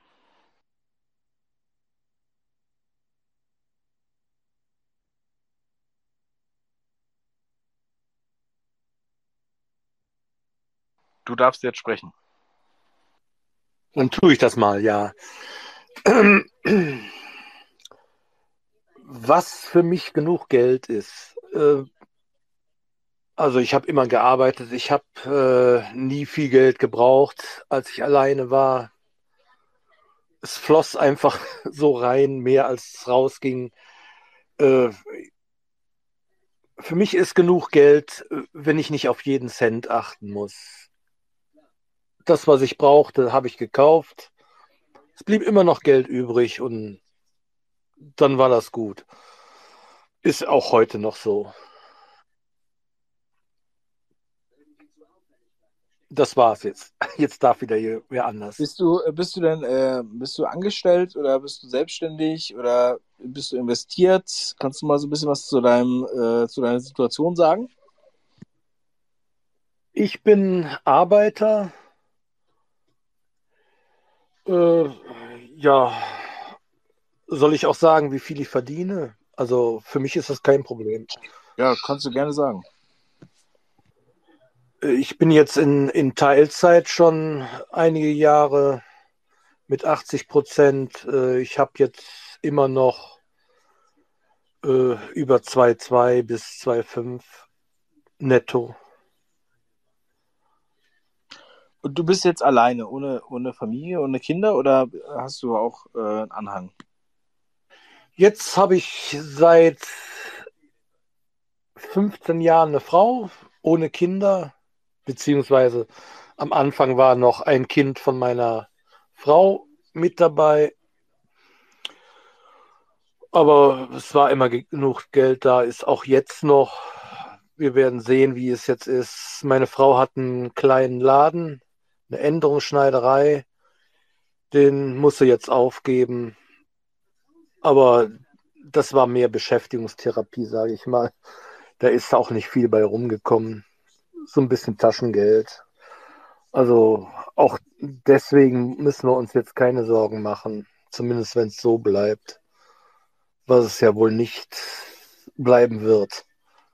Du darfst jetzt sprechen. Dann tue ich das mal, ja. Was für mich genug Geld ist. Also ich habe immer gearbeitet, ich habe nie viel Geld gebraucht, als ich alleine war. Es floss einfach so rein, mehr als es rausging. Äh, für mich ist genug Geld, wenn ich nicht auf jeden Cent achten muss. Das, was ich brauchte, habe ich gekauft. Es blieb immer noch Geld übrig und dann war das gut. Ist auch heute noch so. Das war's jetzt. Jetzt darf wieder wer anders. Bist du angestellt oder bist du selbstständig oder bist du investiert? Kannst du mal so ein bisschen was zu deiner Situation sagen? Ich bin Arbeiter. Äh, ja, soll ich auch sagen, wie viel ich verdiene? Also für mich ist das kein Problem. Ja, kannst du gerne sagen. Ich bin jetzt in Teilzeit schon einige Jahre mit 80%. Ich habe jetzt immer noch über 2,2 bis 2,5 netto. Und du bist jetzt alleine, ohne Familie, ohne Kinder oder hast du auch einen Anhang? Jetzt habe ich seit 15 Jahren eine Frau ohne Kinder, beziehungsweise am Anfang war noch ein Kind von meiner Frau mit dabei, aber es war immer genug Geld da, ist auch jetzt noch. Wir werden sehen, wie es jetzt ist. Meine Frau hat einen kleinen Laden, eine Änderungsschneiderei, den muss sie jetzt aufgeben, aber das war mehr Beschäftigungstherapie, sage ich mal. Da ist auch nicht viel bei rumgekommen. So ein bisschen Taschengeld. Also auch deswegen müssen wir uns jetzt keine Sorgen machen, zumindest wenn es so bleibt, was es ja wohl nicht bleiben wird.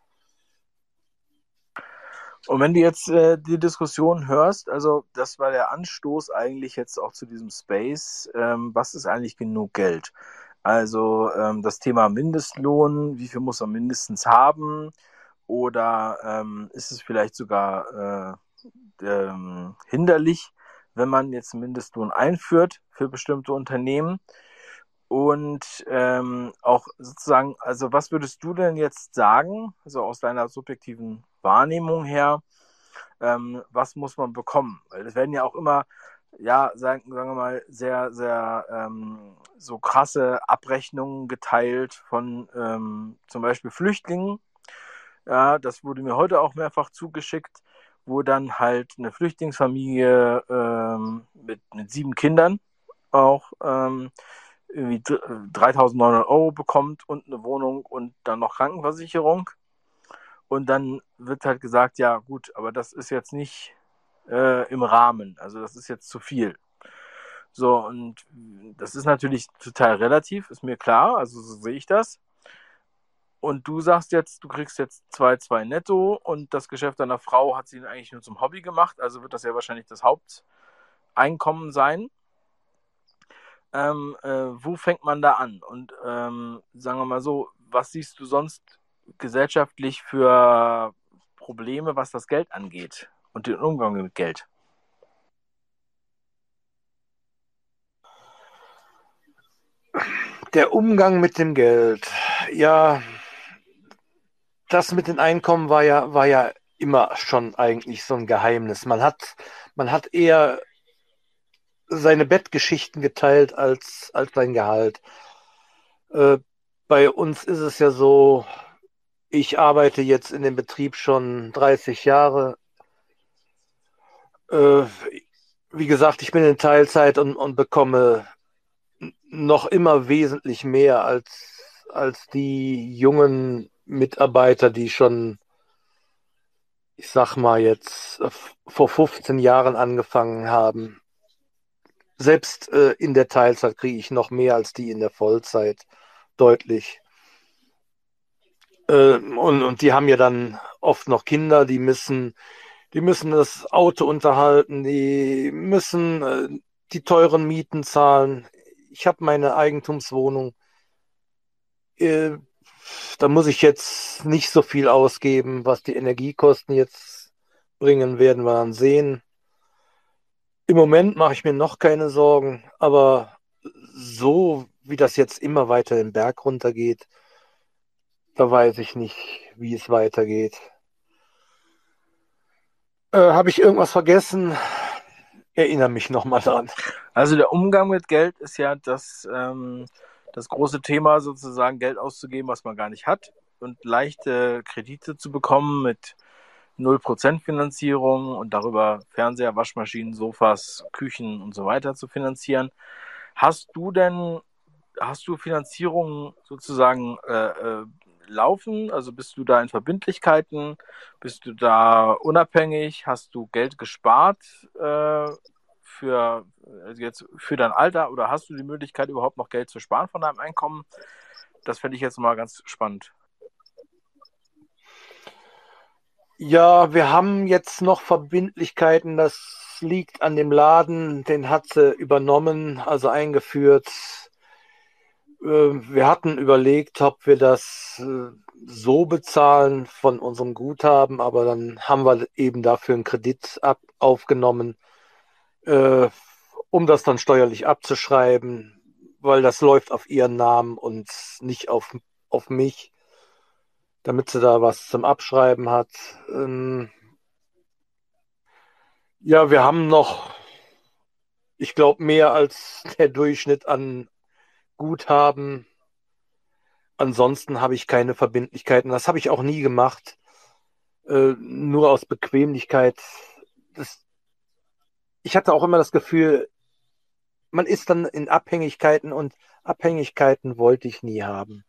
Und wenn du jetzt die Diskussion hörst, also das war der Anstoß eigentlich jetzt auch zu diesem Space, was ist eigentlich genug Geld? Also das Thema Mindestlohn, wie viel muss man mindestens haben? Oder ist es vielleicht sogar hinderlich, wenn man jetzt einen Mindestlohn einführt für bestimmte Unternehmen? Und auch sozusagen, also was würdest du denn jetzt sagen, also aus deiner subjektiven Wahrnehmung her, was muss man bekommen? Weil es werden ja auch immer, ja, sagen wir mal, sehr, sehr so krasse Abrechnungen geteilt von zum Beispiel Flüchtlingen. Ja, das wurde mir heute auch mehrfach zugeschickt, wo dann halt eine Flüchtlingsfamilie mit 7 Kindern auch irgendwie 3.900 € bekommt und eine Wohnung und dann noch Krankenversicherung. Und dann wird halt gesagt, ja gut, aber das ist jetzt nicht im Rahmen. Also das ist jetzt zu viel. So, und das ist natürlich total relativ, ist mir klar, also so sehe ich das. Und du sagst jetzt, du kriegst jetzt 2,2 netto und das Geschäft deiner Frau hat sie eigentlich nur zum Hobby gemacht, also wird das ja wahrscheinlich das Haupteinkommen sein. wo fängt man da an? Und sagen wir mal so, was siehst du sonst gesellschaftlich für Probleme, was das Geld angeht und den Umgang mit Geld? Der Umgang mit dem Geld. Ja, das mit den Einkommen war ja immer schon eigentlich so ein Geheimnis. Man hat eher seine Bettgeschichten geteilt als sein Gehalt. Äh, bei uns ist es ja so, ich arbeite jetzt in dem Betrieb schon 30 Jahre. Äh, wie gesagt, ich bin in Teilzeit und bekomme noch immer wesentlich mehr als die jungen Mitarbeiter, die schon, ich sag mal jetzt, vor 15 Jahren angefangen haben. Selbst in der Teilzeit kriege ich noch mehr als die in der Vollzeit, deutlich. Und die haben ja dann oft noch Kinder, die müssen das Auto unterhalten, die müssen die teuren Mieten zahlen. Ich habe meine Eigentumswohnung. Äh, Da muss ich jetzt nicht so viel ausgeben, was die Energiekosten jetzt bringen, werden wir dann sehen. Im Moment mache ich mir noch keine Sorgen, aber so wie das jetzt immer weiter den Berg runtergeht, da weiß ich nicht, wie es weitergeht. Habe ich irgendwas vergessen? Erinnere mich nochmal dran. Also der Umgang mit Geld ist ja das große Thema, sozusagen Geld auszugeben, was man gar nicht hat und leichte Kredite zu bekommen mit 0% Finanzierung und darüber Fernseher, Waschmaschinen, Sofas, Küchen und so weiter zu finanzieren. Hast du Finanzierung sozusagen laufen? Also bist du da in Verbindlichkeiten? Bist du da unabhängig? Hast du Geld gespart also jetzt für dein Alter oder hast du die Möglichkeit überhaupt noch Geld zu sparen von deinem Einkommen? Das fände ich jetzt mal ganz spannend. Ja, wir haben jetzt noch Verbindlichkeiten. Das liegt an dem Laden, den hat sie übernommen, also eingeführt. Wir hatten überlegt, ob wir das so bezahlen von unserem Guthaben, aber dann haben wir eben dafür einen Kredit aufgenommen, äh, um das dann steuerlich abzuschreiben, weil das läuft auf ihren Namen und nicht auf mich, damit sie da was zum Abschreiben hat. Ja, wir haben noch, ich glaube, mehr als der Durchschnitt an Guthaben. Ansonsten habe ich keine Verbindlichkeiten. Das habe ich auch nie gemacht. Nur aus Bequemlichkeit. Das, ich hatte auch immer das Gefühl, man ist dann in Abhängigkeiten und Abhängigkeiten wollte ich nie haben.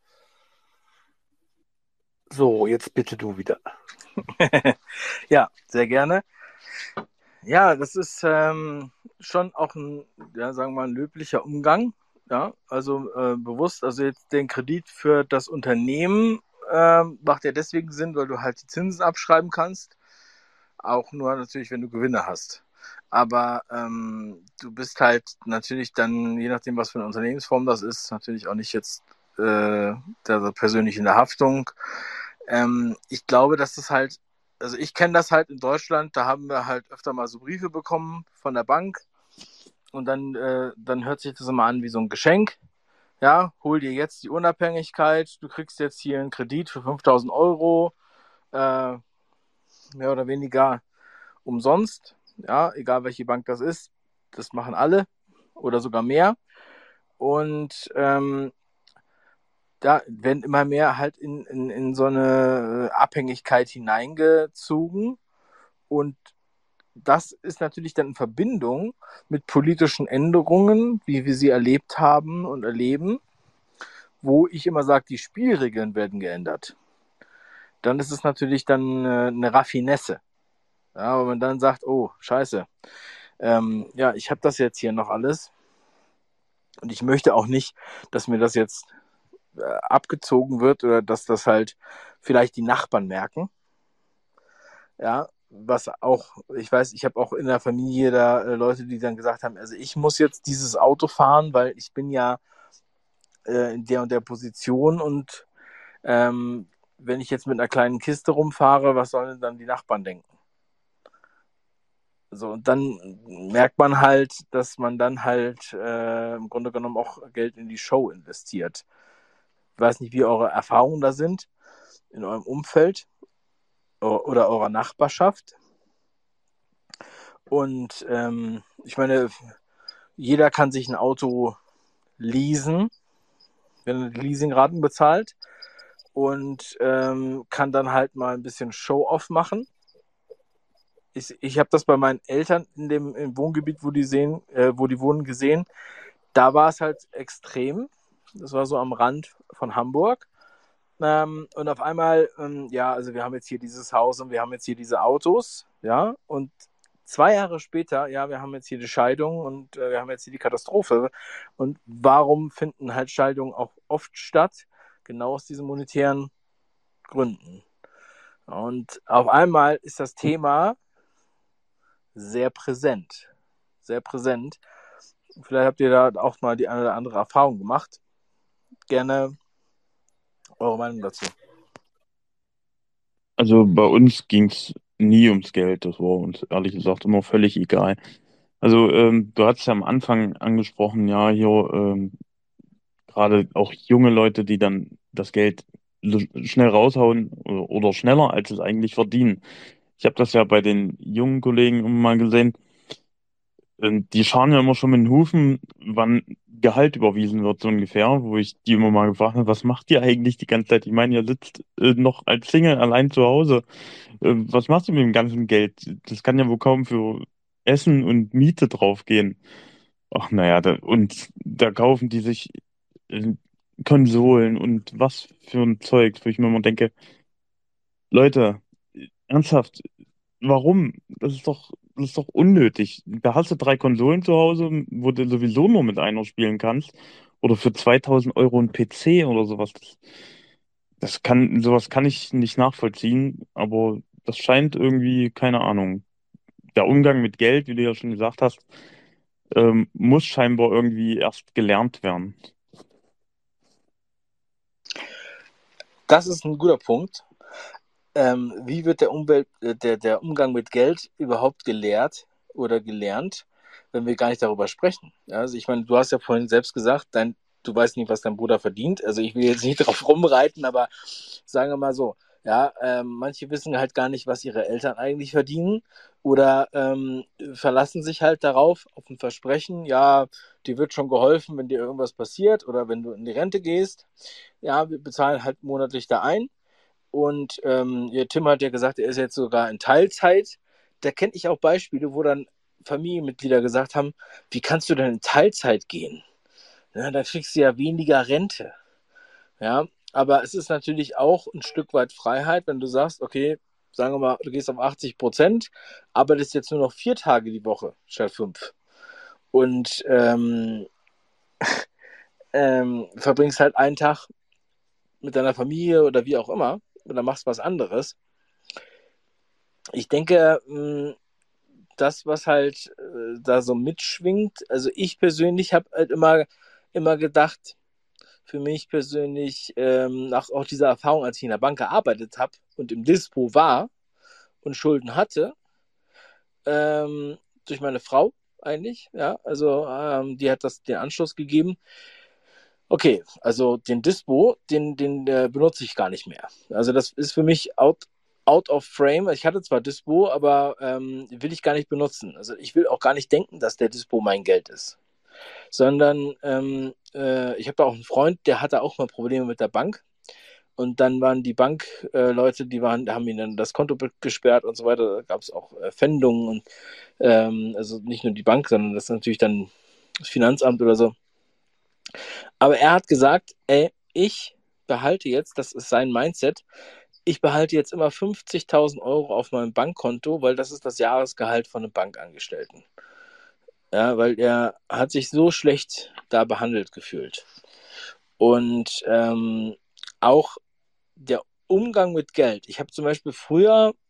So, jetzt bitte du wieder. Ja, sehr gerne. Ja, das ist schon auch ein, ja, sagen wir mal, ein löblicher Umgang. Ja, also bewusst, also jetzt den Kredit für das Unternehmen macht ja deswegen Sinn, weil du halt die Zinsen abschreiben kannst. Auch nur natürlich, wenn du Gewinne hast. Aber du bist halt natürlich dann, je nachdem, was für eine Unternehmensform das ist, natürlich auch nicht jetzt persönlich in der Haftung. Ich glaube, dass das halt, also ich kenne das halt in Deutschland, da haben wir halt öfter mal so Briefe bekommen von der Bank und dann hört sich das immer an wie so ein Geschenk. Ja, hol dir jetzt die Unabhängigkeit, du kriegst jetzt hier einen Kredit für 5.000 Euro, mehr oder weniger umsonst. Ja, egal welche Bank das ist, das machen alle oder sogar mehr. Und da werden immer mehr halt in so eine Abhängigkeit hineingezogen. Und das ist natürlich dann in Verbindung mit politischen Änderungen, wie wir sie erlebt haben und erleben, wo ich immer sage, die Spielregeln werden geändert. Dann ist es natürlich dann eine Raffinesse. Ja, wenn man dann sagt, oh, scheiße, ja, ich habe das jetzt hier noch alles und ich möchte auch nicht, dass mir das jetzt abgezogen wird oder dass das halt vielleicht die Nachbarn merken. Ja, was auch, ich weiß, ich habe auch in der Familie da Leute, die dann gesagt haben, also ich muss jetzt dieses Auto fahren, weil ich bin ja in der und der Position und wenn ich jetzt mit einer kleinen Kiste rumfahre, was sollen dann die Nachbarn denken? So, und dann merkt man halt, dass man dann halt im Grunde genommen auch Geld in die Show investiert. Ich weiß nicht, wie eure Erfahrungen da sind in eurem Umfeld oder eurer Nachbarschaft. Und ich meine, jeder kann sich ein Auto leasen, wenn er die Leasingraten bezahlt und kann dann halt mal ein bisschen Show-off machen. Ich habe das bei meinen Eltern im Wohngebiet, wo die wohnen, gesehen. Da war es halt extrem. Das war so am Rand von Hamburg. Und auf einmal, ja, also wir haben jetzt hier dieses Haus und wir haben jetzt hier diese Autos, ja, und 2 Jahre später, ja, wir haben jetzt hier die Scheidung und wir haben jetzt hier die Katastrophe. Und warum finden halt Scheidungen auch oft statt? Genau aus diesen monetären Gründen. Und auf einmal ist das Thema sehr präsent. Sehr präsent. Vielleicht habt ihr da auch mal die eine oder andere Erfahrung gemacht. Gerne eure Meinung dazu. Also bei uns ging es nie ums Geld, das war uns ehrlich gesagt immer völlig egal. Also du hast ja am Anfang angesprochen, ja, hier gerade auch junge Leute, die dann das Geld schnell raushauen oder schneller, als es eigentlich verdienen. Ich habe das ja bei den jungen Kollegen immer mal gesehen. Die schauen ja immer schon mit den Hufen, wann Gehalt überwiesen wird, so ungefähr, wo ich die immer mal gefragt habe, was macht ihr eigentlich die ganze Zeit? Ich meine, ihr sitzt noch als Single allein zu Hause. Was machst du mit dem ganzen Geld? Das kann ja wohl kaum für Essen und Miete draufgehen. Ach, naja, und da kaufen die sich äh, Konsolen und was für ein Zeug, wo ich mir immer denke, Leute, ernsthaft, warum? Das ist doch unnötig. Da hast du 3 Konsolen zu Hause, wo du sowieso nur mit einer spielen kannst. Oder für 2.000 € ein PC oder sowas. Sowas kann ich nicht nachvollziehen, aber das scheint irgendwie, keine Ahnung. Der Umgang mit Geld, wie du ja schon gesagt hast, muss scheinbar irgendwie erst gelernt werden. Das ist ein guter Punkt. Wie wird der Umgang mit Geld überhaupt gelehrt oder gelernt, wenn wir gar nicht darüber sprechen? Ja, also ich meine, du hast ja vorhin selbst gesagt, du weißt nicht, was dein Bruder verdient. Also ich will jetzt nicht drauf rumreiten, aber sagen wir mal so, ja, manche wissen halt gar nicht, was ihre Eltern eigentlich verdienen oder verlassen sich halt darauf, auf ein Versprechen, ja, dir wird schon geholfen, wenn dir irgendwas passiert oder wenn du in die Rente gehst. Ja, wir bezahlen halt monatlich da ein. Und Tim hat ja gesagt, er ist jetzt sogar in Teilzeit. Da kenne ich auch Beispiele, wo dann Familienmitglieder gesagt haben, wie kannst du denn in Teilzeit gehen? Ja, dann kriegst du ja weniger Rente. Ja, aber es ist natürlich auch ein Stück weit Freiheit, wenn du sagst, okay, sagen wir mal, du gehst auf 80%, arbeitest jetzt nur noch 4 Tage die Woche statt 5. Und verbringst halt einen Tag mit deiner Familie oder wie auch immer oder machst was anderes. Ich denke, das, was halt da so mitschwingt, also ich persönlich habe halt immer gedacht, für mich persönlich, nach auch dieser Erfahrung, als ich in der Bank gearbeitet habe und im Dispo war und Schulden hatte, durch meine Frau eigentlich, ja, also die hat den Anschluss gegeben. Okay, also den Dispo, den benutze ich gar nicht mehr. Also das ist für mich out of frame. Ich hatte zwar Dispo, aber will ich gar nicht benutzen. Also ich will auch gar nicht denken, dass der Dispo mein Geld ist. Sondern ich habe da auch einen Freund, der hatte auch mal Probleme mit der Bank. Und dann waren die Bankleute, haben ihm dann das Konto gesperrt und so weiter. Da gab es auch Pfändungen und also nicht nur die Bank, sondern das ist natürlich dann das Finanzamt oder so. Aber er hat gesagt, ey, ich behalte jetzt, das ist sein Mindset, ich behalte jetzt immer 50.000 € auf meinem Bankkonto, weil das ist das Jahresgehalt von einem Bankangestellten. Ja, weil er hat sich so schlecht da behandelt gefühlt. Und auch der Umgang mit Geld. Ich habe zum Beispiel früher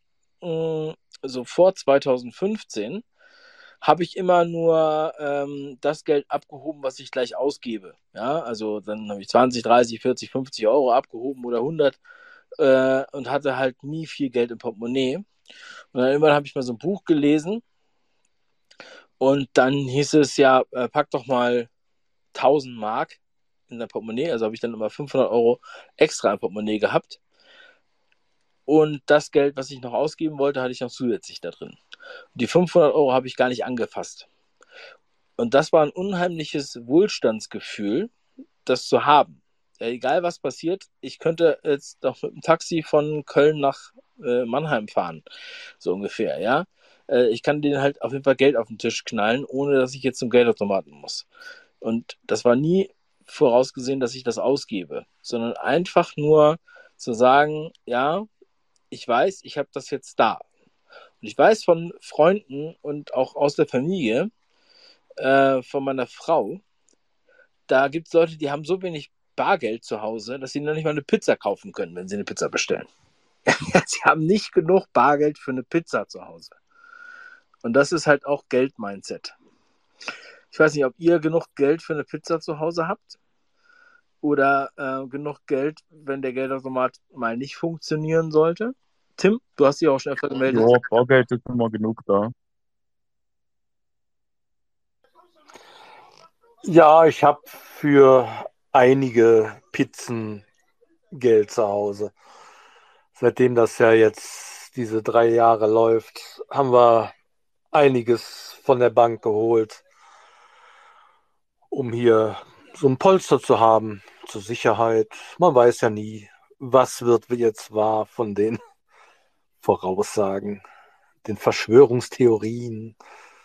so vor 2015, habe ich immer nur das Geld abgehoben, was ich gleich ausgebe. Ja, also dann habe ich 20, 30, 40, 50 Euro abgehoben oder 100 und hatte halt nie viel Geld im Portemonnaie. Und dann irgendwann habe ich mal so ein Buch gelesen und dann hieß es ja, pack doch mal 1000 Mark in dein Portemonnaie. Also habe ich dann immer 500 Euro extra im Portemonnaie gehabt. Und das Geld, was ich noch ausgeben wollte, hatte ich noch zusätzlich da drin. Die 500 Euro habe ich gar nicht angefasst. Und das war ein unheimliches Wohlstandsgefühl, das zu haben. Ja, egal was passiert, ich könnte jetzt noch mit dem Taxi von Köln nach Mannheim fahren, so ungefähr, ja. Ich kann denen halt auf jeden Fall Geld auf den Tisch knallen, ohne dass ich jetzt zum Geldautomaten muss. Und das war nie vorausgesehen, dass ich das ausgebe, sondern einfach nur zu sagen, ja, ich weiß, ich habe das jetzt da. Und ich weiß von Freunden und auch aus der Familie, von meiner Frau, da gibt es Leute, die haben so wenig Bargeld zu Hause, dass sie noch nicht mal eine Pizza kaufen können, wenn sie eine Pizza bestellen. Sie haben nicht genug Bargeld für eine Pizza zu Hause. Und das ist halt auch Geld-Mindset. Ich weiß nicht, ob ihr genug Geld für eine Pizza zu Hause habt oder genug Geld, wenn der Geldautomat mal nicht funktionieren sollte. Tim, du hast dich auch schon öfter gemeldet. Ja, Bargeld ist immer genug da. Ja, ich habe für einige Pizzen Geld zu Hause. Seitdem das ja jetzt diese 3 Jahre läuft, haben wir einiges von der Bank geholt, um hier so ein Polster zu haben, zur Sicherheit. Man weiß ja nie, was wird jetzt wahr von den Voraussagen, den Verschwörungstheorien.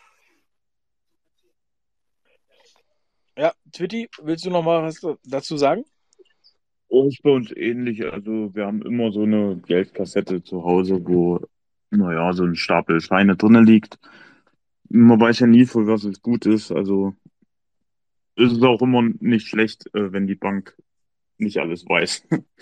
Ja, Twitti, willst du noch mal was dazu sagen? Oh, ist bei uns ähnlich. Also wir haben immer so eine Geldkassette zu Hause, wo, naja, so ein Stapel Scheine drinne liegt. Man weiß ja nie, für was es gut ist. Also ist es auch immer nicht schlecht, wenn die Bank nicht alles weiß.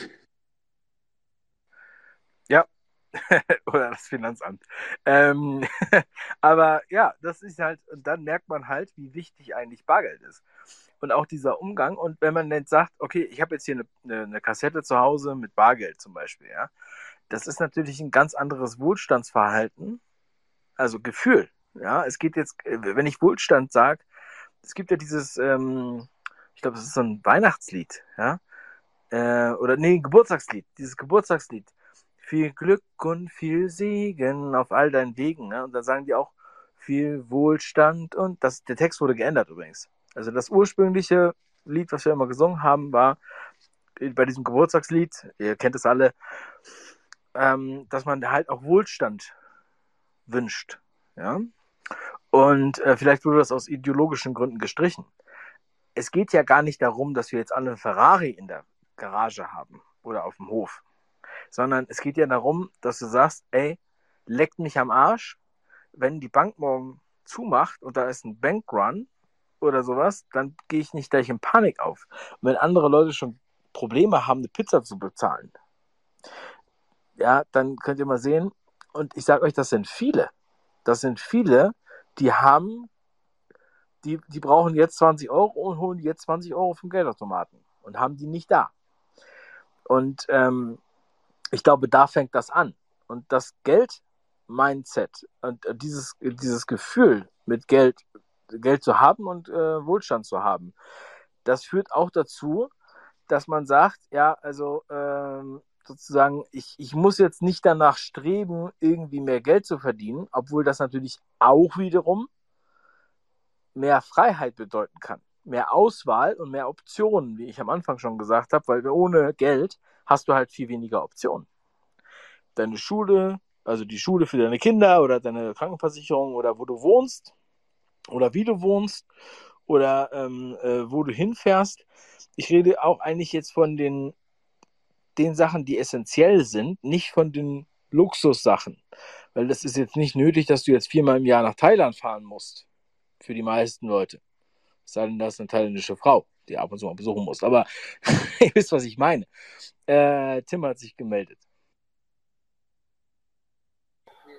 Ja, oder das Finanzamt. Ähm, aber ja, das ist halt, und dann merkt man halt, wie wichtig eigentlich Bargeld ist. Und auch dieser Umgang. Und wenn man dann sagt, okay, ich habe jetzt hier eine Kassette zu Hause mit Bargeld zum Beispiel, ja, das ist natürlich ein ganz anderes Wohlstandsverhalten, also Gefühl. Ja, es geht jetzt, wenn ich Wohlstand sage, es gibt ja dieses, ich glaube, es ist so ein Weihnachtslied, ja, oder nee, Geburtstagslied, dieses Geburtstagslied. Viel Glück und viel Segen auf all deinen Wegen. Ne? Und da sagen die auch viel Wohlstand und der Text wurde geändert übrigens. Also das ursprüngliche Lied, was wir immer gesungen haben, war bei diesem Geburtstagslied, ihr kennt es alle, dass man halt auch Wohlstand wünscht. Ja? Und vielleicht wurde das aus ideologischen Gründen gestrichen. Es geht ja gar nicht darum, dass wir jetzt alle einen Ferrari in der Garage haben oder auf dem Hof, sondern es geht ja darum, dass du sagst, ey, leckt mich am Arsch, wenn die Bank morgen zumacht und da ist ein Bankrun oder sowas, dann gehe ich nicht gleich in Panik auf. Und wenn andere Leute schon Probleme haben, eine Pizza zu bezahlen, ja, dann könnt ihr mal sehen, und ich sage euch, das sind viele. Das sind viele, die haben, die brauchen jetzt 20 Euro und holen jetzt 20 Euro vom Geldautomaten und haben die nicht da. Und ich glaube, da fängt das an. Und das Geld-Mindset und dieses Gefühl, mit Geld zu haben und Wohlstand zu haben, das führt auch dazu, dass man sagt, ja, also sozusagen, ich muss jetzt nicht danach streben, irgendwie mehr Geld zu verdienen, obwohl das natürlich auch wiederum mehr Freiheit bedeuten kann. Mehr Auswahl und mehr Optionen, wie ich am Anfang schon gesagt habe, weil ohne Geld hast du halt viel weniger Optionen. Deine Schule, also die Schule für deine Kinder oder deine Krankenversicherung oder wo du wohnst oder wie du wohnst oder wo du hinfährst. Ich rede auch eigentlich jetzt von den Sachen, die essentiell sind, nicht von den Luxussachen. Weil das ist jetzt nicht nötig, dass du jetzt 4-mal im Jahr nach Thailand fahren musst. Für die meisten Leute. Es sei denn, das ist eine thailändische Frau, die ab und zu mal besuchen muss. Aber ihr wisst, was ich meine. Tim hat sich gemeldet.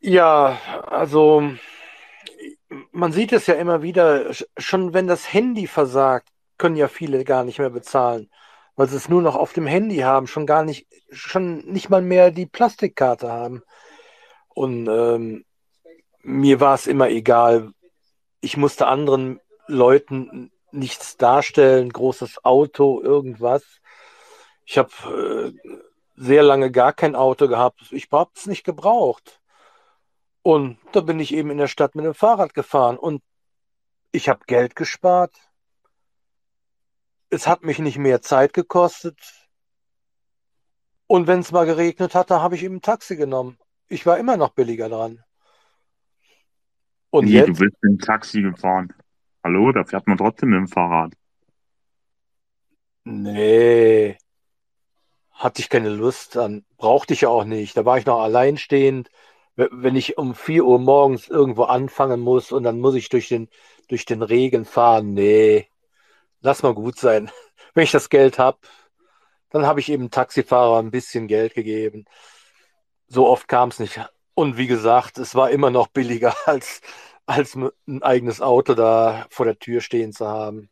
Ja, also man sieht es ja immer wieder, schon wenn das Handy versagt, können ja viele gar nicht mehr bezahlen, weil sie es nur noch auf dem Handy haben, schon nicht mal mehr die Plastikkarte haben. Und mir war es immer egal. Ich musste anderen Leuten nichts darstellen, großes Auto, irgendwas. Ich habe sehr lange gar kein Auto gehabt. Ich habe es nicht gebraucht. Und da bin ich eben in der Stadt mit dem Fahrrad gefahren und ich habe Geld gespart. Es hat mich nicht mehr Zeit gekostet. Und wenn es mal geregnet hat, da habe ich eben ein Taxi genommen. Ich war immer noch billiger dran. Und Nee, du jetzt? bist mit dem Taxi gefahren. Hallo, da fährt man trotzdem mit dem Fahrrad. Nee, hatte ich keine Lust an. Brauchte ich ja auch nicht. Da war ich noch alleinstehend. Wenn ich um 4 Uhr morgens irgendwo anfangen muss und dann muss ich durch den Regen fahren. Nee, lass mal gut sein. Wenn ich das Geld habe, dann habe ich eben Taxifahrer ein bisschen Geld gegeben. So oft kam es nicht. Und wie gesagt, es war immer noch billiger, als ein eigenes Auto da vor der Tür stehen zu haben.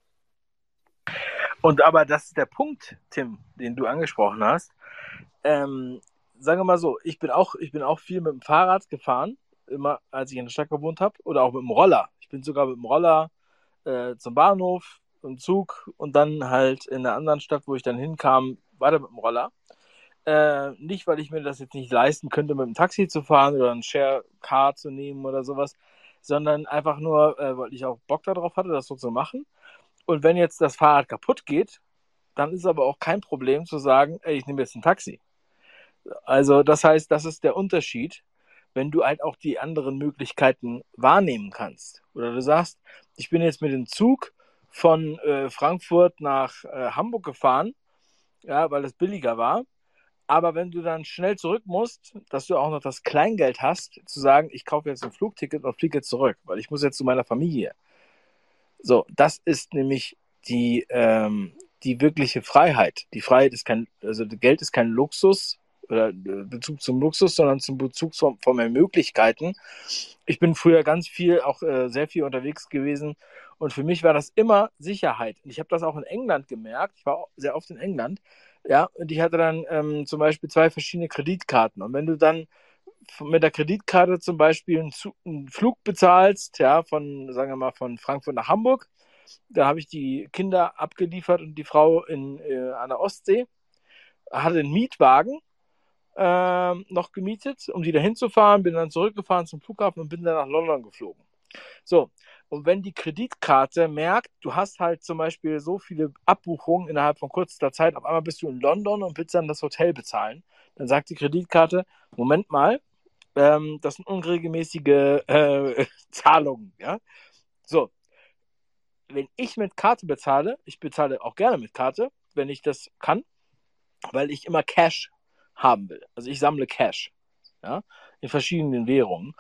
Und aber das ist der Punkt, Tim, den du angesprochen hast. Ähm, Sagen wir mal so, ich bin auch viel mit dem Fahrrad gefahren, immer als ich in der Stadt gewohnt habe, oder auch mit dem Roller. Ich bin sogar mit dem Roller zum Bahnhof, im Zug und dann halt in einer anderen Stadt, wo ich dann hinkam, weiter mit dem Roller. Nicht, weil ich mir das jetzt nicht leisten könnte, mit dem Taxi zu fahren oder ein Share-Car zu nehmen oder sowas, sondern einfach nur, weil ich auch Bock darauf hatte, das so zu machen. Und wenn jetzt das Fahrrad kaputt geht, dann ist aber auch kein Problem zu sagen, ey, ich nehme jetzt ein Taxi. Also das heißt, das ist der Unterschied, wenn du halt auch die anderen Möglichkeiten wahrnehmen kannst. Oder du sagst, ich bin jetzt mit dem Zug von Frankfurt nach Hamburg gefahren, ja, weil es billiger war. Aber wenn du dann schnell zurück musst, dass du auch noch das Kleingeld hast, zu sagen, ich kaufe jetzt ein Flugticket und fliege jetzt zurück, weil ich muss jetzt zu meiner Familie. So, das ist nämlich die wirkliche Freiheit. Die Freiheit ist also Geld ist kein Luxus oder Bezug zum Luxus, sondern zum Bezug von den Möglichkeiten. Ich bin früher ganz viel, auch sehr viel unterwegs gewesen und für mich war das immer Sicherheit. Und ich habe das auch in England gemerkt. Ich war auch sehr oft in England. Ja, und ich hatte dann zum Beispiel 2 verschiedene Kreditkarten. Und wenn du dann mit der Kreditkarte zum Beispiel einen Flug bezahlst, ja, sagen wir mal, von Frankfurt nach Hamburg. Da habe ich die Kinder abgeliefert und die Frau an der Ostsee, hatte einen Mietwagen noch gemietet, um die da hinzufahren, bin dann zurückgefahren zum Flughafen und bin dann nach London geflogen. So, und wenn die Kreditkarte merkt, du hast halt zum Beispiel so viele Abbuchungen innerhalb von kurzer Zeit, auf einmal bist du in London und willst dann das Hotel bezahlen, dann sagt die Kreditkarte, Moment mal, das sind unregelmäßige Zahlungen, ja. So, wenn ich mit Karte bezahle, ich bezahle auch gerne mit Karte, wenn ich das kann, weil ich immer Cash haben will. Also ich sammle Cash, ja, in verschiedenen Währungen.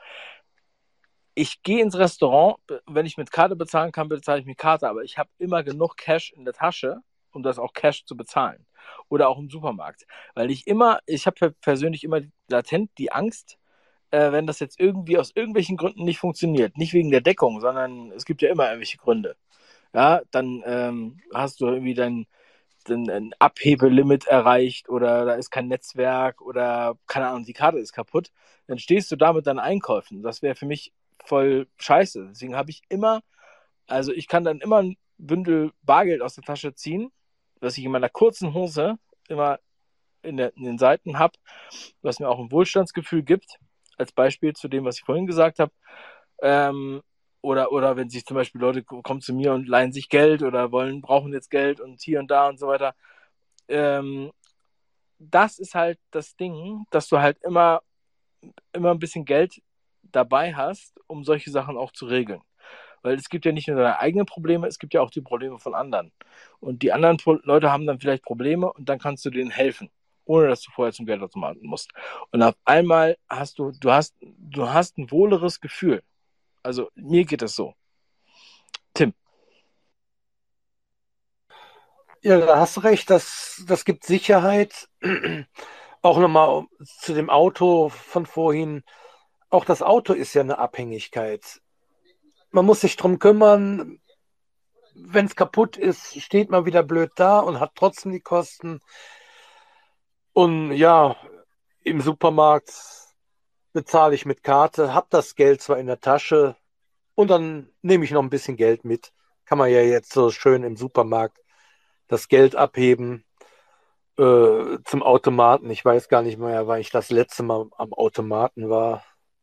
Ich gehe ins Restaurant, wenn ich mit Karte bezahlen kann, bezahle ich mit Karte, aber ich habe immer genug Cash in der Tasche, um das auch Cash zu bezahlen. Oder auch im Supermarkt. Weil ich habe persönlich immer latent die Angst, wenn das jetzt irgendwie aus irgendwelchen Gründen nicht funktioniert. Nicht wegen der Deckung, sondern es gibt ja immer irgendwelche Gründe. Ja, dann hast du irgendwie dein Abhebelimit erreicht oder da ist kein Netzwerk oder keine Ahnung, die Karte ist kaputt. Dann stehst du da mit deinen Einkäufen. Das wäre für mich voll scheiße. Deswegen habe ich immer, also ich kann dann immer ein Bündel Bargeld aus der Tasche ziehen, was ich in meiner kurzen Hose immer in den Seiten habe, was mir auch ein Wohlstandsgefühl gibt, als Beispiel zu dem, was ich vorhin gesagt habe. Oder wenn sich zum Beispiel Leute kommen zu mir und leihen sich Geld oder brauchen jetzt Geld und hier und da und so weiter. Ähm, Das ist halt das Ding, dass du halt immer ein bisschen Geld dabei hast, um solche Sachen auch zu regeln. Weil es gibt ja nicht nur deine eigenen Probleme, es gibt ja auch die Probleme von anderen. Und die anderen Leute haben dann vielleicht Probleme und dann kannst du denen helfen, ohne dass du vorher zum Geldautomaten musst. Und auf einmal du hast ein wohleres Gefühl. Also mir geht es so. Tim. Ja, da hast du recht, das gibt Sicherheit. Auch nochmal zu dem Auto von vorhin. Auch das Auto ist ja eine Abhängigkeit. Man muss sich drum kümmern. Wenn es kaputt ist, steht man wieder blöd da und hat trotzdem die Kosten. Und ja, im Supermarkt bezahle ich mit Karte, habe das Geld zwar in der Tasche und dann nehme ich noch ein bisschen Geld mit. Kann man ja jetzt so schön im Supermarkt das Geld abheben zum Automaten. Ich weiß gar nicht mehr, wann ich das letzte Mal am Automaten war.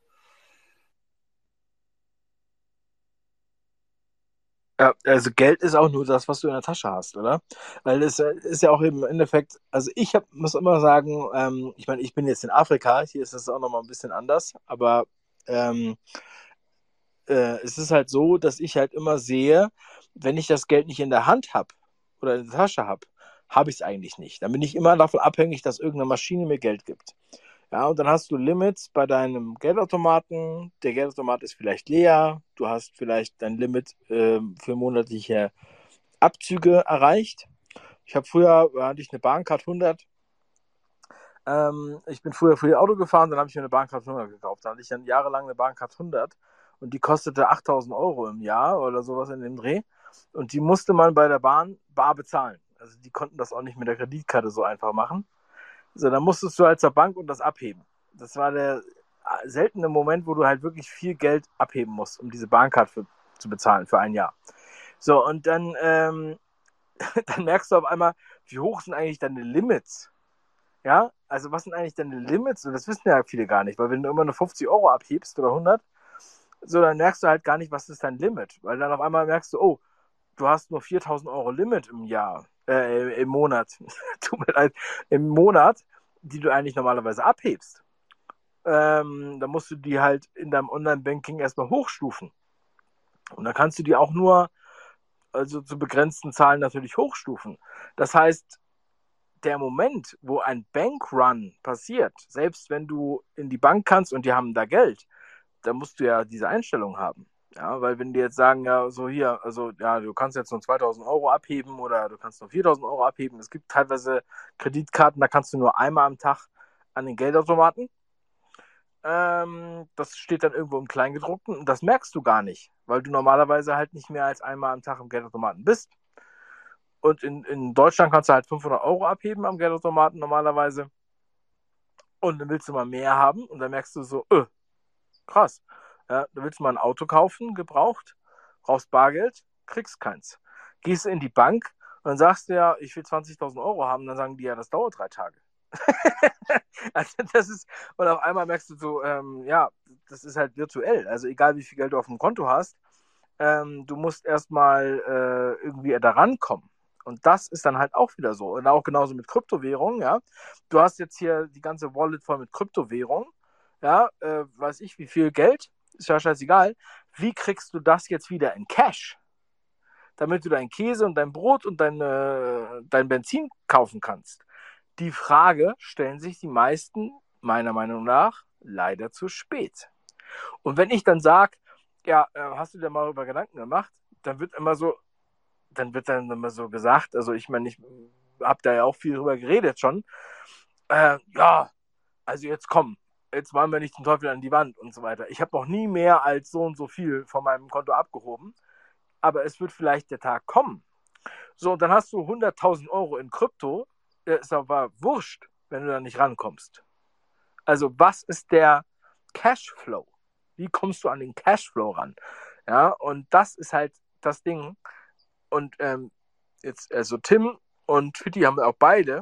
Ja, also Geld ist auch nur das, was du in der Tasche hast, oder? Weil es ist ja auch im Endeffekt, also muss immer sagen, ich meine, ich bin jetzt in Afrika, hier ist es auch nochmal ein bisschen anders, aber ähm, es ist halt so, dass ich halt immer sehe, wenn ich das Geld nicht in der Hand habe oder in der Tasche habe ich es eigentlich nicht. Dann bin ich immer davon abhängig, dass irgendeine Maschine mir Geld gibt. Ja, und dann hast du Limits bei deinem Geldautomaten. Der Geldautomat ist vielleicht leer. Du hast vielleicht dein Limit für monatliche Abzüge erreicht. Hatte ich eine Bahncard 100. Ich bin früher für die Auto gefahren, dann habe ich mir eine Bahncard 100 gekauft. Dann hatte ich dann jahrelang eine Bahncard 100 und die kostete 8.000 Euro im Jahr oder sowas in dem Dreh. Und die musste man bei der Bahn bar bezahlen. Also die konnten das auch nicht mit der Kreditkarte so einfach machen. So, dann musstest du halt zur Bank und das abheben. Das war der seltene Moment, wo du halt wirklich viel Geld abheben musst, um diese Bahncard zu bezahlen für ein Jahr. So, und dann, dann merkst du auf einmal, wie hoch sind eigentlich deine Limits? Ja, also was sind eigentlich deine Limits? Und das wissen ja viele gar nicht, weil wenn du immer nur 50 Euro abhebst oder 100, so, dann merkst du halt gar nicht, was ist dein Limit. Weil dann auf einmal merkst du, oh, du hast nur 4.000 Euro Limit im Jahr, im Monat, tut mir leid, im Monat, die du eigentlich normalerweise abhebst. Da musst du die halt in deinem Online-Banking erstmal hochstufen. Und dann kannst du die auch nur, also zu begrenzten Zahlen natürlich hochstufen. Das heißt, der Moment, wo ein Bankrun passiert, selbst wenn du in die Bank kannst und die haben da Geld, da musst du ja diese Einstellung haben. Ja, weil wenn die jetzt sagen, ja, so hier, also ja, du kannst jetzt nur 2.000 Euro abheben oder du kannst nur 4.000 Euro abheben. Es gibt teilweise Kreditkarten, da kannst du nur einmal am Tag an den Geldautomaten. Das steht dann irgendwo im Kleingedruckten und das merkst du gar nicht, weil du normalerweise halt nicht mehr als einmal am Tag im Geldautomaten bist. Und in Deutschland kannst du halt 500 Euro abheben am Geldautomaten normalerweise. Und dann willst du mal mehr haben und dann merkst du so, krass. Ja, da willst du mal ein Auto kaufen, gebraucht, brauchst Bargeld, kriegst keins. Gehst in die Bank und dann sagst du ja, ich will 20.000 Euro haben, dann sagen die ja, das dauert 3 Tage. Also das ist, und auf einmal merkst du so, ja, das ist halt virtuell. Also egal wie viel Geld du auf dem Konto hast, du musst erstmal irgendwie da rankommen. Und das ist dann halt auch wieder so. Und auch genauso mit Kryptowährungen, ja. Du hast jetzt hier die ganze Wallet voll mit Kryptowährungen, ja, weiß ich wie viel Geld, ist ja scheißegal. Wie kriegst du das jetzt wieder in Cash? Damit du deinen Käse und dein Brot und dein Benzin kaufen kannst. Die Frage stellen sich die meisten, meiner Meinung nach, leider zu spät. Und wenn ich dann sage, ja, hast du dir mal darüber Gedanken gemacht, dann wird dann immer so gesagt, also ich meine, ich habe da ja auch viel drüber geredet schon, ja, also jetzt komm, jetzt wollen wir nicht den Teufel an die Wand und so weiter. Ich habe noch nie mehr als so und so viel von meinem Konto abgehoben, aber es wird vielleicht der Tag kommen. So, und dann hast du 100.000 Euro in Krypto, ist aber wurscht, wenn du da nicht rankommst. Also was ist der Cashflow? Wie kommst du an den Cashflow ran? Ja, und das ist halt das Ding. Und jetzt, also Tim und Fitti haben auch beide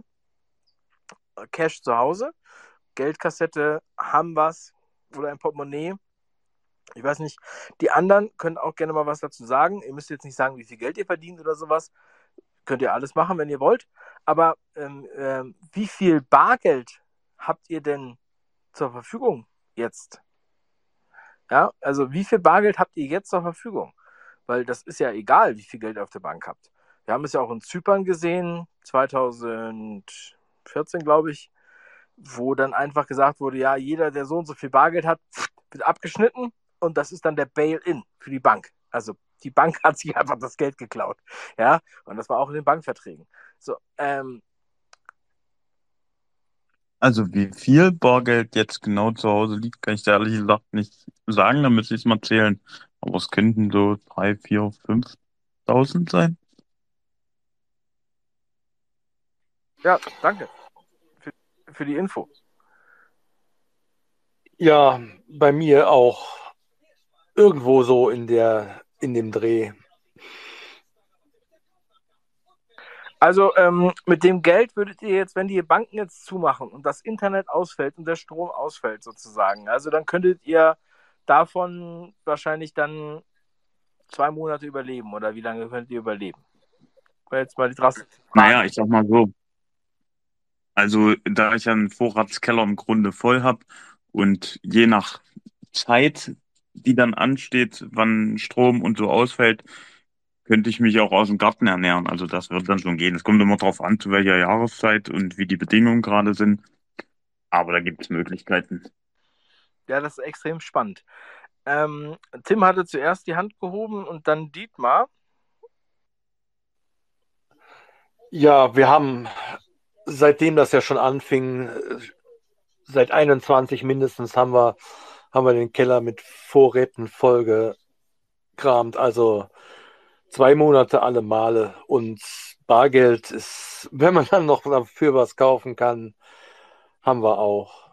Cash zu Hause, Geldkassette, haben was oder ein Portemonnaie. Ich weiß nicht, die anderen können auch gerne mal was dazu sagen. Ihr müsst jetzt nicht sagen, wie viel Geld ihr verdient oder sowas. Könnt ihr alles machen, wenn ihr wollt. Aber wie viel Bargeld habt ihr denn zur Verfügung jetzt? Ja, also wie viel Bargeld habt ihr jetzt zur Verfügung? Weil das ist ja egal, wie viel Geld ihr auf der Bank habt. Wir haben es ja auch in Zypern gesehen, 2014, glaube ich, wo dann einfach gesagt wurde, ja, jeder, der so und so viel Bargeld hat, wird abgeschnitten und das ist dann der Bail-in für die Bank. Also die Bank hat sich einfach das Geld geklaut. Ja, und das war auch in den Bankverträgen. So, Also wie viel Bargeld jetzt genau zu Hause liegt, kann ich dir ehrlich gesagt nicht sagen, da müsste ich es mal zählen. Aber es könnten so 3, 4, 5.000 sein. Ja, danke für, für die Info. Ja, bei mir auch irgendwo so in dem Dreh. Also mit dem Geld würdet ihr jetzt, wenn die Banken jetzt zumachen und das Internet ausfällt und der Strom ausfällt sozusagen, also dann könntet ihr davon wahrscheinlich dann 2 Monate überleben oder wie lange könnt ihr überleben? Wäre jetzt mal die drastische Naja, Frage. ich sag mal so. Also da ich ja einen Vorratskeller im Grunde voll habe und je nach Zeit, die dann ansteht, wann Strom und so ausfällt, könnte ich mich auch aus dem Garten ernähren. Also das wird dann schon gehen. Es kommt immer darauf an, zu welcher Jahreszeit und wie die Bedingungen gerade sind. Aber da gibt es Möglichkeiten. Ja, das ist extrem spannend. Tim hatte zuerst die Hand gehoben und dann Dietmar. Ja, wir haben, seitdem das ja schon anfing, seit 21 mindestens haben wir den Keller mit Vorräten vollgekramt. Also 2 Monate alle Male. Und Bargeld ist, wenn man dann noch dafür was kaufen kann, haben wir auch.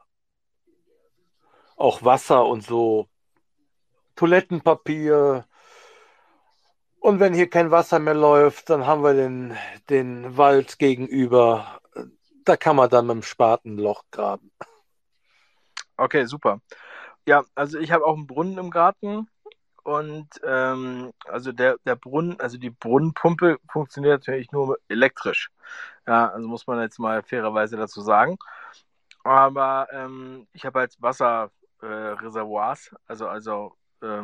Auch Wasser und so, Toilettenpapier. Und wenn hier kein Wasser mehr läuft, dann haben wir den Wald gegenüber. Da kann man dann mit dem Spaten ein Loch graben. Okay, super. Ja, also ich habe auch einen Brunnen im Garten und also der Brunnen, also die Brunnenpumpe funktioniert natürlich nur elektrisch. Ja, also muss man jetzt mal fairerweise dazu sagen. Aber ich habe halt Wasserreservoirs, also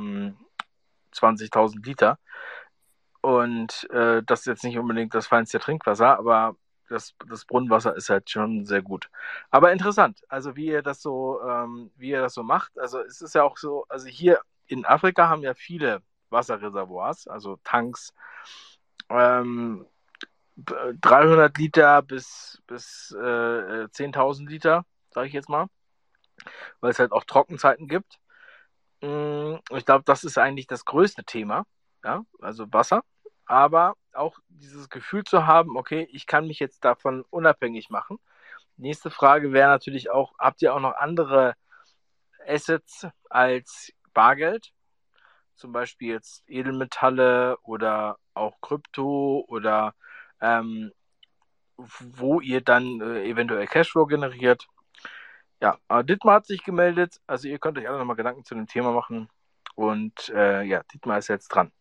20.000 Liter. Und das ist jetzt nicht unbedingt das feinste Trinkwasser, aber das Brunnenwasser ist halt schon sehr gut. Aber interessant, also wie ihr das so macht. Also es ist ja auch so, also hier in Afrika haben ja viele Wasserreservoirs, also Tanks, ähm, 300 Liter bis 10.000 Liter, sage ich jetzt mal, weil es halt auch Trockenzeiten gibt. Ich glaube, das ist eigentlich das größte Thema, ja, also Wasser. Aber auch dieses Gefühl zu haben, okay, ich kann mich jetzt davon unabhängig machen. Nächste Frage wäre natürlich auch, habt ihr auch noch andere Assets als Bargeld? Zum Beispiel jetzt Edelmetalle oder auch Krypto oder ähm, wo ihr dann eventuell Cashflow generiert. Ja, Dietmar hat sich gemeldet. Also ihr könnt euch alle nochmal Gedanken zu dem Thema machen. Und ja, Dietmar ist jetzt dran.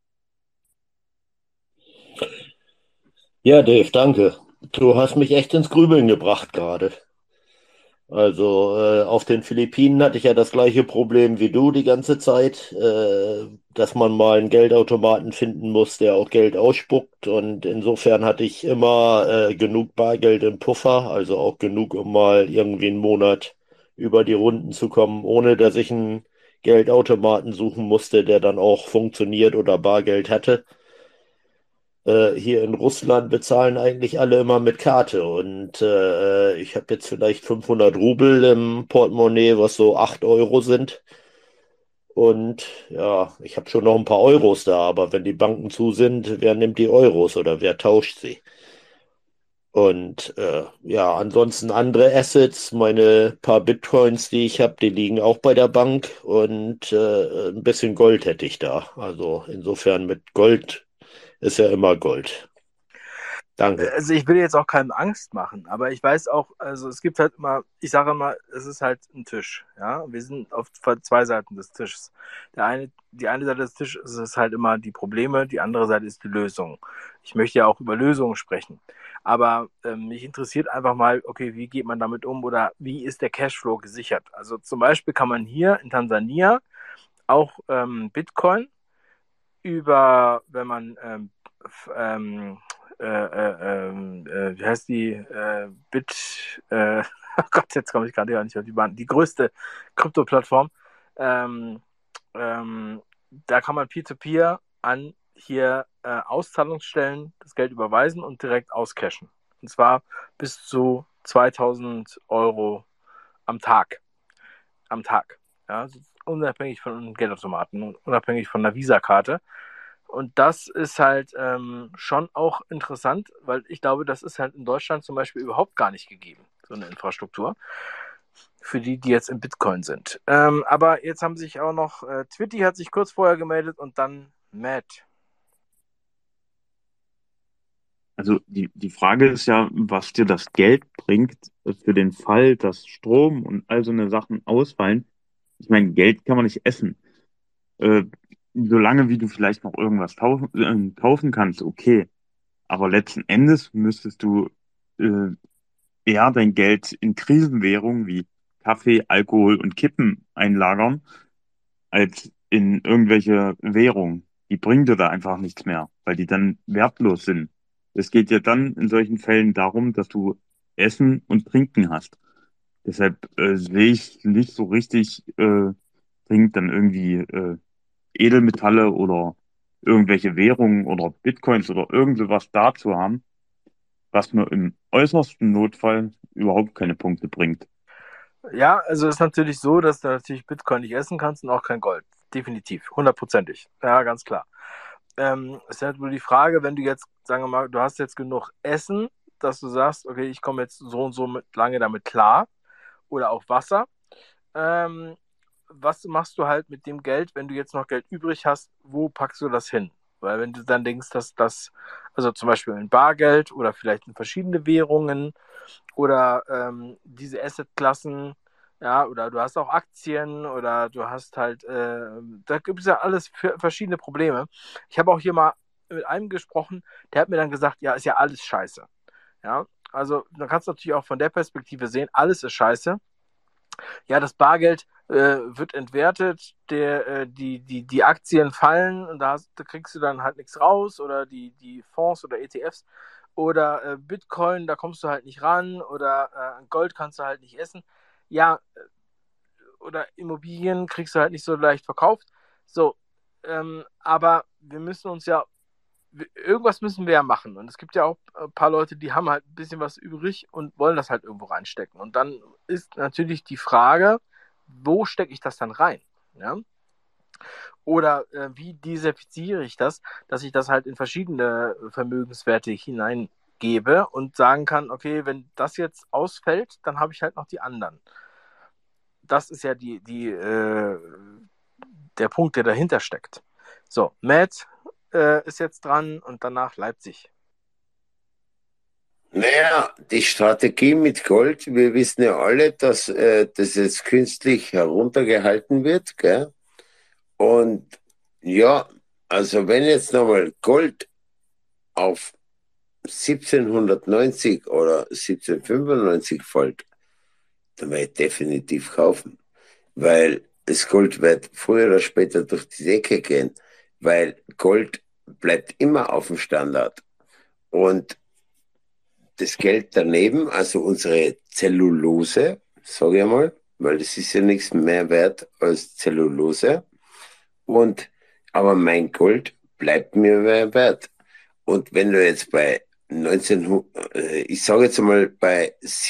Ja, Dave, danke. Du hast mich echt ins Grübeln gebracht gerade. Also auf den Philippinen hatte ich ja das gleiche Problem wie du die ganze Zeit, dass man mal einen Geldautomaten finden muss, der auch Geld ausspuckt. Und insofern hatte ich immer genug Bargeld im Puffer, also auch genug, um mal irgendwie einen Monat über die Runden zu kommen, ohne dass ich einen Geldautomaten suchen musste, der dann auch funktioniert oder Bargeld hatte. Hier in Russland bezahlen eigentlich alle immer mit Karte und ich habe jetzt vielleicht 500 Rubel im Portemonnaie, was so 8 Euro sind. Und ja, ich habe schon noch ein paar Euros da, aber wenn die Banken zu sind, wer nimmt die Euros oder wer tauscht sie? Und ja, ansonsten andere Assets, meine paar Bitcoins, die ich habe, die liegen auch bei der Bank und ein bisschen Gold hätte ich da. Also insofern mit Gold ist ja immer Gold. Danke. Also ich will jetzt auch keinem Angst machen, aber ich weiß auch, also es gibt halt immer, ich sage immer, es ist halt ein Tisch, ja. Wir sind auf zwei Seiten des Tisches. Die eine Seite des Tisches ist halt immer die Probleme, die andere Seite ist die Lösung. Ich möchte ja auch über Lösungen sprechen, aber mich interessiert einfach mal, okay, wie geht man damit um oder wie ist der Cashflow gesichert? Also zum Beispiel kann man hier in Tansania auch Bitcoin wenn man wie heißt die? Oh Gott, jetzt komme ich gerade gar nicht auf die Bahn. Die größte Krypto-Plattform. Ähm, da kann man Peer-to-Peer an hier Auszahlungsstellen das Geld überweisen und direkt auscashen. Und zwar bis zu 2.000 € am Tag. Am Tag. Ja, also unabhängig von einem Geldautomaten, unabhängig von einer Visa-Karte. Und das ist halt schon auch interessant, weil ich glaube, das ist halt in Deutschland zum Beispiel überhaupt gar nicht gegeben, so eine Infrastruktur, für die jetzt im Bitcoin sind. Aber jetzt haben sich auch noch, Twitty hat sich kurz vorher gemeldet und dann Matt. Also die Frage ist ja, was dir das Geld bringt für den Fall, dass Strom und all so eine Sachen ausfallen. Ich meine, Geld kann man nicht essen. Äh, Solange wie du vielleicht noch irgendwas kaufen kannst, okay. Aber letzten Endes müsstest du äh, eher dein Geld in Krisenwährungen wie Kaffee, Alkohol und Kippen einlagern, als in irgendwelche Währungen. Die bringen dir da einfach nichts mehr, weil die dann wertlos sind. Es geht ja dann in solchen Fällen darum, dass du Essen und Trinken hast. Deshalb sehe ich nicht so richtig dringend dann irgendwie Edelmetalle oder irgendwelche Währungen oder Bitcoins oder irgend sowas da zu haben, was mir im äußersten Notfall überhaupt keine Punkte bringt. Ja, also ist natürlich so, dass du natürlich Bitcoin nicht essen kannst und auch kein Gold. Definitiv, hundertprozentig. Ja, ganz klar. Es ist halt nur die Frage, wenn du jetzt, sagen wir mal, du hast jetzt genug Essen, dass du sagst, okay, ich komme jetzt so und so lange damit klar, oder auch Wasser. Was machst du halt mit dem Geld, wenn du jetzt noch Geld übrig hast, wo packst du das hin? Weil wenn du dann denkst, dass das, also zum Beispiel in Bargeld oder vielleicht in verschiedene Währungen oder diese Assetklassen, ja, oder du hast auch Aktien oder du hast halt, da gibt es ja alles für verschiedene Probleme. Ich habe auch hier mal mit einem gesprochen, der hat mir dann gesagt, ja, ist ja alles scheiße. Ja, also man kann es natürlich auch von der Perspektive sehen, alles ist scheiße. Ja, das Bargeld wird entwertet, die Aktien fallen und da kriegst du dann halt nichts raus oder die Fonds oder ETFs oder Bitcoin, da kommst du halt nicht ran oder Gold kannst du halt nicht essen. Ja, oder Immobilien kriegst du halt nicht so leicht verkauft. So, aber wir müssen uns ja irgendwas müssen wir ja machen. Und es gibt ja auch ein paar Leute, die haben halt ein bisschen was übrig und wollen das halt irgendwo reinstecken. Und dann ist natürlich die Frage, wo stecke ich das dann rein? Ja? Oder wie diversifiziere ich das, dass ich das halt in verschiedene Vermögenswerte hineingebe und sagen kann, okay, wenn das jetzt ausfällt, dann habe ich halt noch die anderen. Das ist ja der Punkt, der dahinter steckt. So, Matt ist jetzt dran und danach Leipzig. Naja, die Strategie mit Gold, wir wissen ja alle, dass das jetzt künstlich heruntergehalten wird, gell? Und ja, also wenn jetzt nochmal Gold auf 1790 oder 1795 fällt, dann werde ich definitiv kaufen, weil das Gold wird früher oder später durch die Decke gehen, weil Gold bleibt immer auf dem Standard. Und das Geld daneben, also unsere Zellulose, sage ich mal, weil das ist ja nichts mehr wert als Zellulose. Aber mein Gold bleibt mir mehr wert. Und wenn du jetzt bei 1900, ich sage jetzt mal bei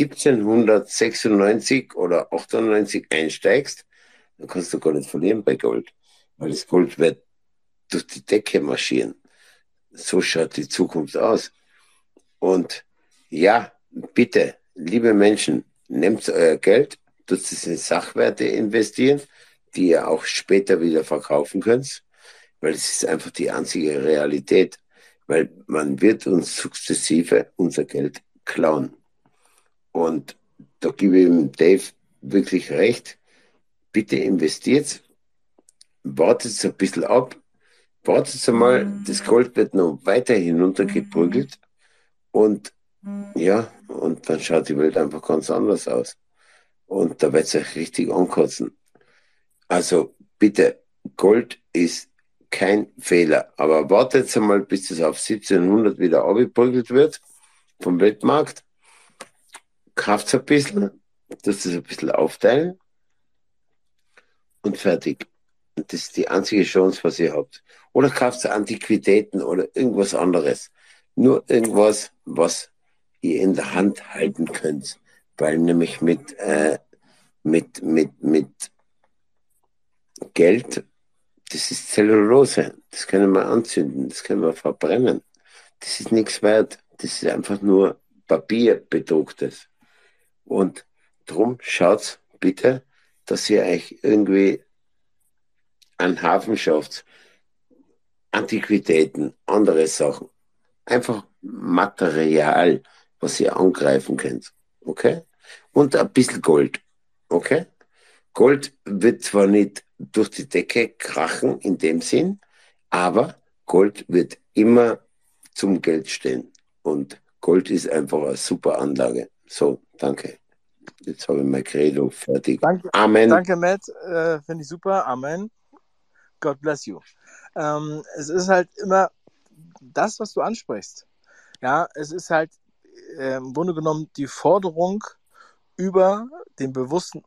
1796 oder 98 einsteigst, dann kannst du gar nicht verlieren bei Gold, weil das Gold wird durch die Decke marschieren. So schaut die Zukunft aus. Und ja, bitte, liebe Menschen, nehmt euer Geld, tut es in Sachwerte investieren, die ihr auch später wieder verkaufen könnt, weil es ist einfach die einzige Realität, weil man wird uns sukzessive unser Geld klauen. Und da gebe ich dem Dave wirklich recht. Bitte investiert, wartet ein bisschen ab, wartet einmal, das Gold wird noch weiter hinuntergeprügelt und ja, und dann schaut die Welt einfach ganz anders aus. Und da wird es euch richtig ankotzen. Also bitte, Gold ist kein Fehler. Aber wartet einmal, bis das auf 1700 wieder abgeprügelt wird vom Weltmarkt. Kauft ein bisschen, das ein bisschen aufteilen und fertig. Und das ist die einzige Chance, was ihr habt. Oder kauft Antiquitäten oder irgendwas anderes. Nur irgendwas, was ihr in der Hand halten könnt. weil nämlich mit Geld, das ist Zellulose, das können wir anzünden, das können wir verbrennen. Das ist nichts wert, das ist einfach nur Papier bedrucktes. Und drum schaut bitte, dass ihr euch irgendwie einen Hafen schafft, Antiquitäten, andere Sachen. Einfach Material, was ihr angreifen könnt. Okay? Und ein bisschen Gold. Okay? Gold wird zwar nicht durch die Decke krachen in dem Sinn, aber Gold wird immer zum Geld stehen. Und Gold ist einfach eine super Anlage. So, danke. Jetzt habe ich mein Credo fertig. Danke, Amen. danke Matt. Finde ich super. Amen. God bless you. Es ist halt immer das, was du ansprichst. Ja, es ist halt im Grunde genommen die Forderung über den bewussten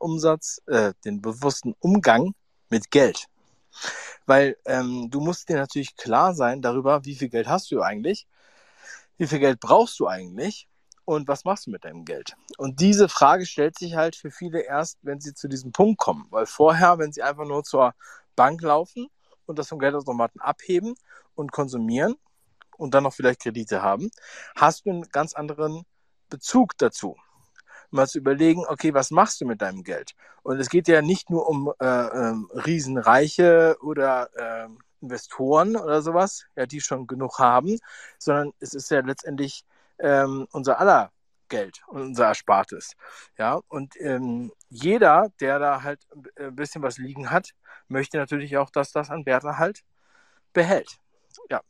den bewussten Umgang mit Geld. Weil du musst dir natürlich klar sein darüber, wie viel Geld hast du eigentlich, wie viel Geld brauchst du eigentlich und was machst du mit deinem Geld? Und diese Frage stellt sich halt für viele erst, wenn sie zu diesem Punkt kommen. Weil vorher, wenn sie einfach nur zur Bank laufen und das vom Geldautomaten abheben und konsumieren und dann noch vielleicht Kredite haben, hast du einen ganz anderen Bezug dazu. Mal zu überlegen, okay, was machst du mit deinem Geld? Und es geht ja nicht nur um Riesenreiche oder Investoren oder sowas, ja, die schon genug haben, sondern es ist ja letztendlich unser aller Geld und unser Erspartes. Ja, und jeder, der da halt ein bisschen was liegen hat, möchte natürlich auch, dass das an Wert halt behält. Ja,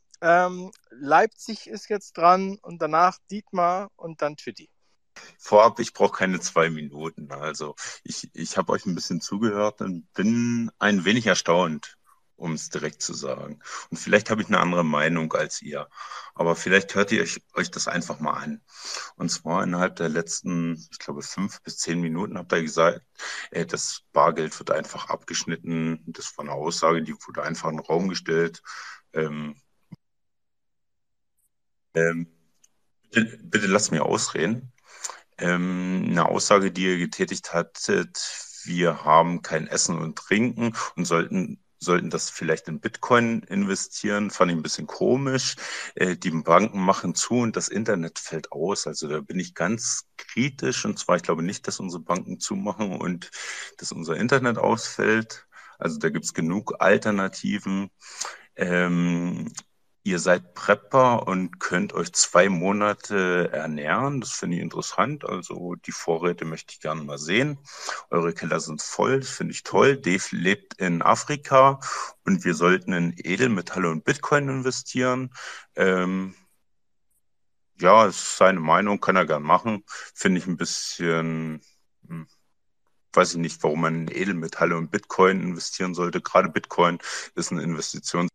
Leipzig ist jetzt dran und danach Dietmar und dann Twitti. Vorab, ich brauche keine 2 Minuten. Also ich habe euch ein bisschen zugehört und bin ein wenig erstaunt, um es direkt zu sagen. Und vielleicht habe ich eine andere Meinung als ihr. Aber vielleicht hört ihr euch das einfach mal an. Und zwar innerhalb der letzten, ich glaube, 5 bis 10 Minuten habt ihr gesagt, das Bargeld wird einfach abgeschnitten. Das war eine Aussage, die wurde einfach in den Raum gestellt. Ähm, ähm, bitte lasst mir ausreden. Eine Aussage, die ihr getätigt hattet, wir haben kein Essen und Trinken und sollten das vielleicht in Bitcoin investieren, fand ich ein bisschen komisch. Die Banken machen zu und das Internet fällt aus. Also da bin ich ganz kritisch. Und zwar, ich glaube nicht, dass unsere Banken zumachen und dass unser Internet ausfällt. Also da gibt's genug Alternativen. Ähm, Ihr seid Prepper und könnt euch 2 Monate ernähren. Das finde ich interessant. Also die Vorräte möchte ich gerne mal sehen. Eure Keller sind voll, das finde ich toll. Dave lebt in Afrika und wir sollten in Edelmetalle und Bitcoin investieren. Ja, ist seine Meinung, kann er gern machen. Finde ich ein bisschen, weiß ich nicht, warum man in Edelmetalle und Bitcoin investieren sollte. Gerade Bitcoin ist eine Investition.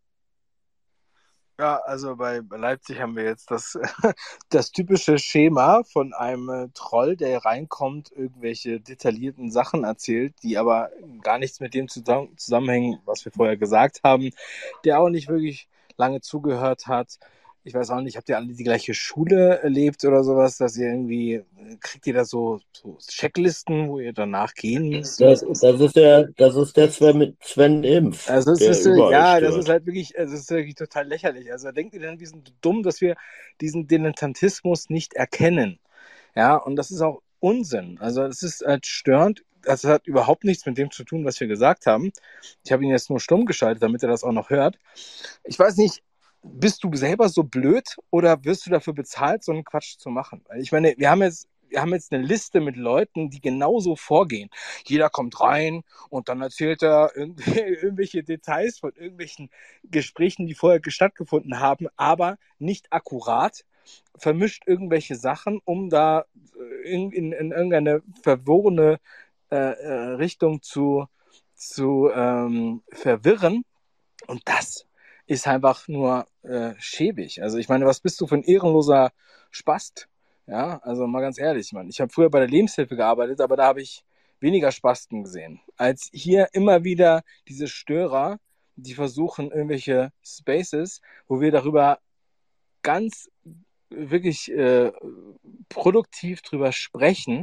Ja, also bei Leipzig haben wir jetzt das typische Schema von einem Troll, der reinkommt, irgendwelche detaillierten Sachen erzählt, die aber gar nichts mit dem zusammenhängen, was wir vorher gesagt haben, der auch nicht wirklich lange zugehört hat. Ich weiß auch nicht, habt ihr alle die gleiche Schule erlebt oder sowas, dass ihr irgendwie, kriegt ihr da so Checklisten, wo ihr danach gehen müsst? Das ist der Sven Impf, Also es der ist, überall ja, das ist stört. halt wirklich, also es ist wirklich total lächerlich. Also denkt ihr denn, wir sind dumm, dass wir diesen Dilettantismus nicht erkennen? Ja, und das ist auch Unsinn. Also es ist halt störend. Also es hat überhaupt nichts mit dem zu tun, was wir gesagt haben. Ich habe ihn jetzt nur stumm geschaltet, damit er das auch noch hört. Ich weiß nicht, bist du selber so blöd oder wirst du dafür bezahlt, so einen Quatsch zu machen? Weil ich meine, wir haben jetzt eine Liste mit Leuten, die genauso vorgehen. Jeder kommt rein und dann erzählt er irgendwelche Details von irgendwelchen Gesprächen, die vorher stattgefunden haben, aber nicht akkurat, vermischt irgendwelche Sachen, um da in irgendeine verworrene Richtung zu verwirren. Und das ist einfach nur schäbig. Also ich meine, was bist du für ein ehrenloser Spast? Ja, also mal ganz ehrlich, Mann. Ich habe früher bei der Lebenshilfe gearbeitet, aber da habe ich weniger Spasten gesehen, als hier immer wieder diese Störer, die versuchen irgendwelche Spaces, wo wir darüber ganz wirklich produktiv drüber sprechen,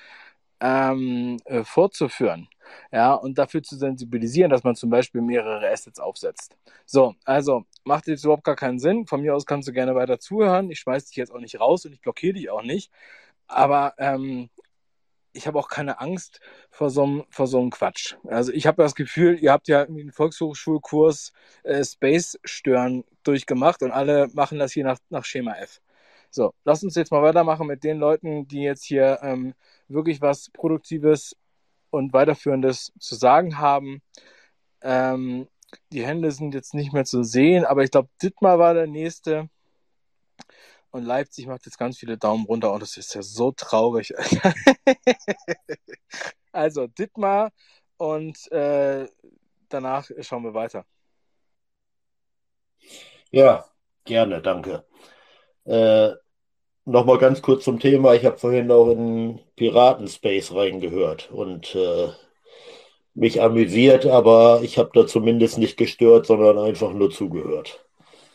fortzuführen. Ja, und dafür zu sensibilisieren, dass man zum Beispiel mehrere Assets aufsetzt. So, also macht jetzt überhaupt gar keinen Sinn. Von mir aus kannst du gerne weiter zuhören. Ich schmeiß dich jetzt auch nicht raus und ich blockiere dich auch nicht. Aber ich habe auch keine Angst vor so einem Quatsch. Also ich habe das Gefühl, ihr habt ja irgendwie einen Volkshochschulkurs Space Stören durchgemacht und alle machen das hier nach Schema F. So, lass uns jetzt mal weitermachen mit den Leuten, die jetzt hier wirklich was Produktives und Weiterführendes zu sagen haben. Die Hände sind jetzt nicht mehr zu sehen, aber ich glaube, Dittmar war der Nächste. Und Leipzig macht jetzt ganz viele Daumen runter. Und das ist ja so traurig. Also Dittmar und danach schauen wir weiter. Ja, gerne, danke. Nochmal ganz kurz zum Thema. Ich habe vorhin auch in Piratenspace reingehört und mich amüsiert, aber ich habe da zumindest nicht gestört, sondern einfach nur zugehört.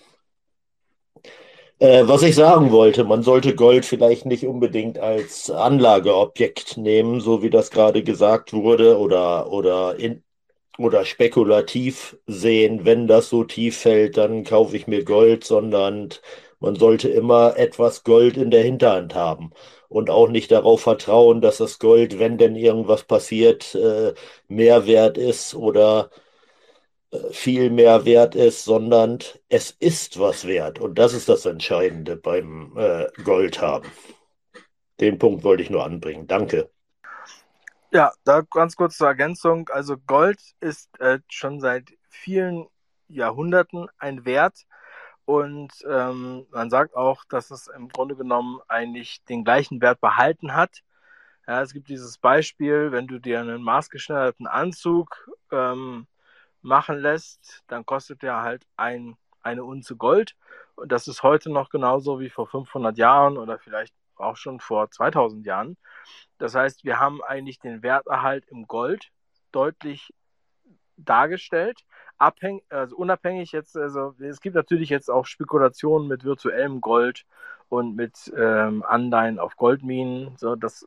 Was ich sagen wollte, man sollte Gold vielleicht nicht unbedingt als Anlageobjekt nehmen, so wie das gerade gesagt wurde, oder spekulativ sehen, wenn das so tief fällt, dann kaufe ich mir Gold, sondern man sollte immer etwas Gold in der Hinterhand haben und auch nicht darauf vertrauen, dass das Gold, wenn denn irgendwas passiert, mehr wert ist oder viel mehr wert ist, sondern es ist was wert. Und das ist das Entscheidende beim Gold haben. Den Punkt wollte ich nur anbringen. Danke. Ja, da ganz kurz zur Ergänzung. Also Gold ist schon seit vielen Jahrhunderten ein Wert. Und man sagt auch, dass es im Grunde genommen eigentlich den gleichen Wert behalten hat. Ja, es gibt dieses Beispiel, wenn du dir einen maßgeschneiderten Anzug machen lässt, dann kostet der halt eine Unze Gold. Und das ist heute noch genauso wie vor 500 Jahren oder vielleicht auch schon vor 2000 Jahren. Das heißt, wir haben eigentlich den Werterhalt im Gold deutlich dargestellt, also unabhängig jetzt, also es gibt natürlich jetzt auch Spekulationen mit virtuellem Gold und mit Anleihen auf Goldminen, so das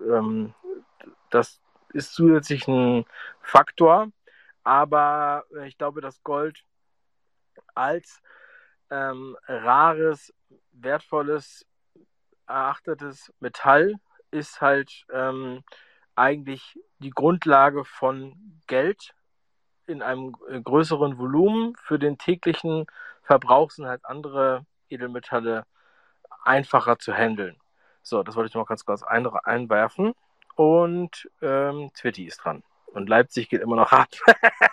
ist zusätzlich ein Faktor, aber ich glaube, das Gold als rares, wertvolles, erachtetes Metall ist halt eigentlich die Grundlage von Geld in einem größeren Volumen. Für den täglichen Verbrauch sind halt andere Edelmetalle einfacher zu handeln. So, das wollte ich noch ganz kurz einwerfen. Und Twitty ist dran. Und Leipzig geht immer noch hart.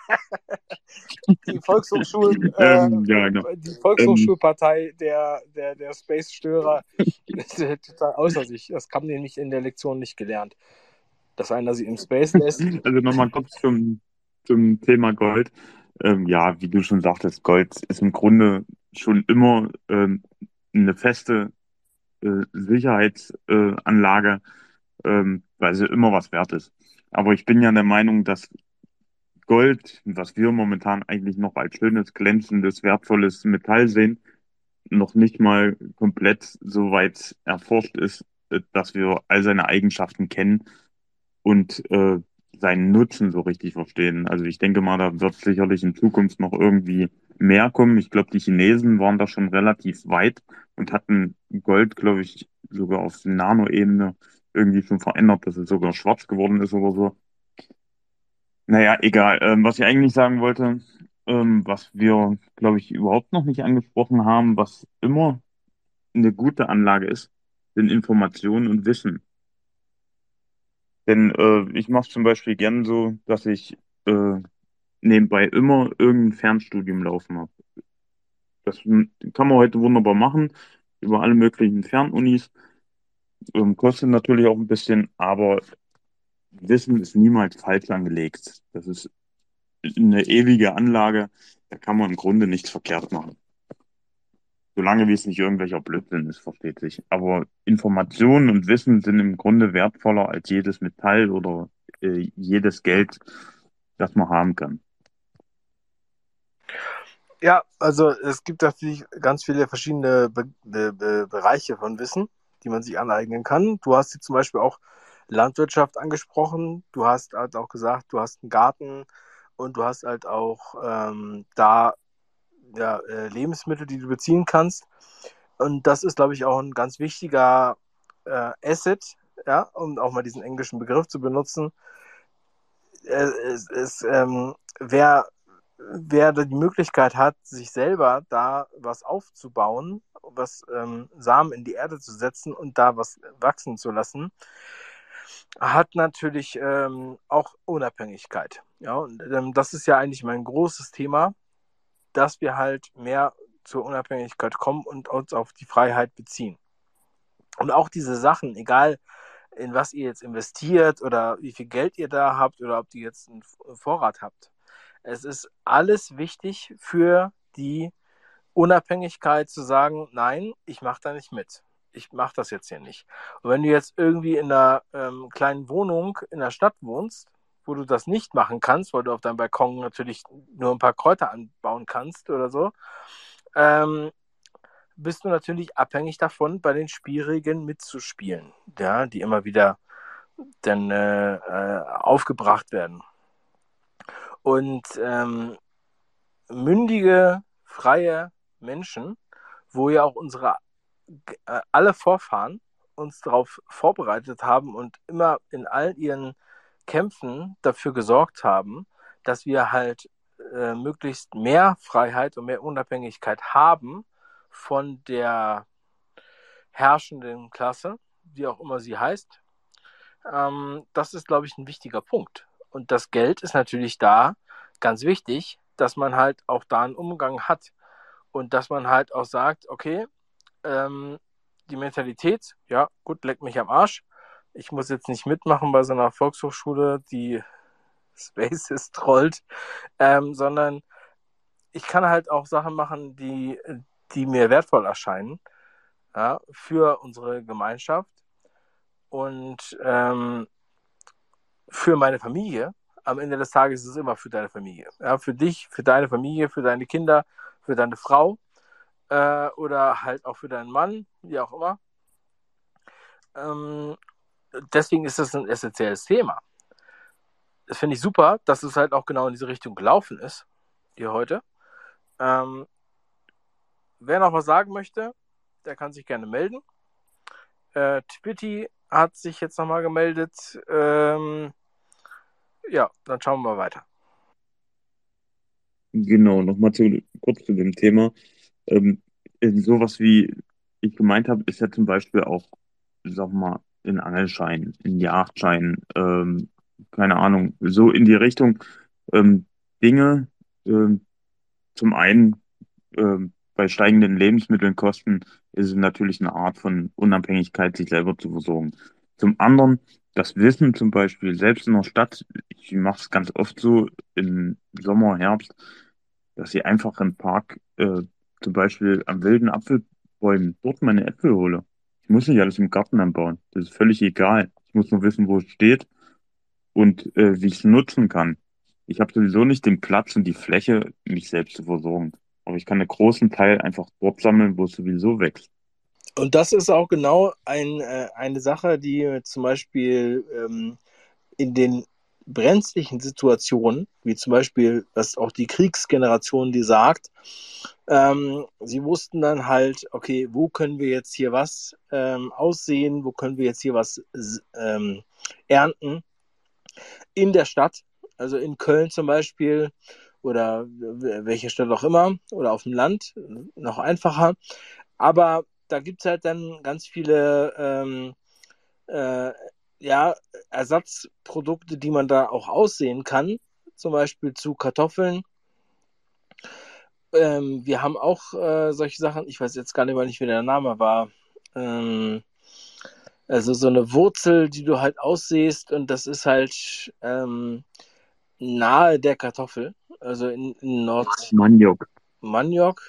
Die Volkshochschulen, Ja, genau. die Volkshochschulpartei der Space-Störer ist total außer sich. Das haben die nämlich in der Lektion nicht gelernt. Dass einer sie im Space lässt. Also nochmal kurz zum Thema Gold. Ja, wie du schon sagtest, Gold ist im Grunde schon immer eine feste Sicherheitsanlage, weil sie immer was wert ist. Aber ich bin ja der Meinung, dass Gold, was wir momentan eigentlich noch als schönes, glänzendes, wertvolles Metall sehen, noch nicht mal komplett so weit erforscht ist, dass wir all seine Eigenschaften kennen und seinen Nutzen so richtig verstehen. Also ich denke mal, da wird sicherlich in Zukunft noch irgendwie mehr kommen. Ich glaube, die Chinesen waren da schon relativ weit und hatten Gold, glaube ich, sogar auf Nanoebene irgendwie schon verändert, dass es sogar schwarz geworden ist oder so. Naja, egal. Was ich eigentlich sagen wollte, was wir, glaube ich, überhaupt noch nicht angesprochen haben, was immer eine gute Anlage ist, sind Informationen und Wissen. Denn ich mache es zum Beispiel gern so, dass ich nebenbei immer irgendein Fernstudium laufen habe. Das kann man heute wunderbar machen, über alle möglichen Fernunis. Kostet natürlich auch ein bisschen, aber Wissen ist niemals falsch angelegt. Das ist eine ewige Anlage, da kann man im Grunde nichts verkehrt machen. Solange wie es nicht irgendwelcher Blödsinn ist, versteht sich. Aber Informationen und Wissen sind im Grunde wertvoller als jedes Metall oder jedes Geld, das man haben kann. Ja, also es gibt natürlich ganz viele verschiedene Bereiche von Wissen. die man sich aneignen kann. Du hast hier zum Beispiel auch Landwirtschaft angesprochen. Du hast halt auch gesagt, du hast einen Garten und du hast halt auch Lebensmittel, die du beziehen kannst. Und das ist, glaube ich, auch ein ganz wichtiger Asset, ja, um auch mal diesen englischen Begriff zu benutzen. Wer die Möglichkeit hat, sich selber da was aufzubauen, was Samen in die Erde zu setzen und da was wachsen zu lassen, hat natürlich auch Unabhängigkeit. Ja, und das ist ja eigentlich mein großes Thema, dass wir halt mehr zur Unabhängigkeit kommen und uns auf die Freiheit beziehen. Und auch diese Sachen, egal in was ihr jetzt investiert oder wie viel Geld ihr da habt oder ob ihr jetzt einen Vorrat habt, es ist alles wichtig für die Unabhängigkeit zu sagen, nein, ich mache da nicht mit. Ich mache das jetzt hier nicht. Und wenn du jetzt irgendwie in einer kleinen Wohnung in der Stadt wohnst, wo du das nicht machen kannst, weil du auf deinem Balkon natürlich nur ein paar Kräuter anbauen kannst oder so, bist du natürlich abhängig davon, bei den Spielregeln mitzuspielen, ja, die immer wieder dann aufgebracht werden. Und mündige, freie Menschen, wo ja auch unsere alle Vorfahren uns darauf vorbereitet haben und immer in all ihren Kämpfen dafür gesorgt haben, dass wir halt möglichst mehr Freiheit und mehr Unabhängigkeit haben von der herrschenden Klasse, wie auch immer sie heißt. Das ist, glaube ich, ein wichtiger Punkt. Und das Geld ist natürlich da ganz wichtig, dass man halt auch da einen Umgang hat und dass man halt auch sagt, okay, die Mentalität, ja, gut, leck mich am Arsch. Ich muss jetzt nicht mitmachen bei so einer Volkshochschule, die Spaces trollt, sondern ich kann halt auch Sachen machen, die mir wertvoll erscheinen, ja, für unsere Gemeinschaft und für meine Familie. Am Ende des Tages ist es immer für deine Familie. Ja, für dich, für deine Familie, für deine Kinder, für deine Frau oder halt auch für deinen Mann, wie auch immer. Deswegen ist das ein essentielles Thema. Das finde ich super, dass es halt auch genau in diese Richtung gelaufen ist, hier heute. Wer noch was sagen möchte, der kann sich gerne melden. Twitty hat sich jetzt nochmal gemeldet. Ja, dann schauen wir mal weiter. Genau, nochmal kurz zu dem Thema. Sowas wie ich gemeint habe, ist ja zum Beispiel auch, sag mal, in Angelschein, in Jagdschein, keine Ahnung, so in die Richtung Dinge, zum einen bei steigenden Lebensmittelkosten ist es natürlich eine Art von Unabhängigkeit, sich selber zu versorgen. Zum anderen das Wissen zum Beispiel, selbst in der Stadt, ich mache es ganz oft so im Sommer, Herbst, dass ich einfach im Park zum Beispiel am wilden Apfelbäumen dort meine Äpfel hole. Ich muss nicht alles im Garten anbauen. Das ist völlig egal. Ich muss nur wissen, wo es steht und wie ich es nutzen kann. Ich habe sowieso nicht den Platz und die Fläche, mich selbst zu versorgen. Aber ich kann einen großen Teil einfach dort sammeln, wo es sowieso wächst. Und das ist auch genau eine Sache, die zum Beispiel in den brenzlichen Situationen, wie zum Beispiel, was auch die Kriegsgeneration, die sagt, sie wussten dann halt, okay, wo können wir jetzt hier was aussehen, wo können wir jetzt hier was ernten in der Stadt, also in Köln zum Beispiel oder welche Stadt auch immer oder auf dem Land, noch einfacher. Aber da gibt es halt dann ganz viele Ersatzprodukte, die man da auch aussehen kann, zum Beispiel zu Kartoffeln. Wir haben auch solche Sachen, ich weiß jetzt gar nicht, wie der Name war. Also so eine Wurzel, die du halt aussähst und das ist halt nahe der Kartoffel, also in Maniok. Maniok.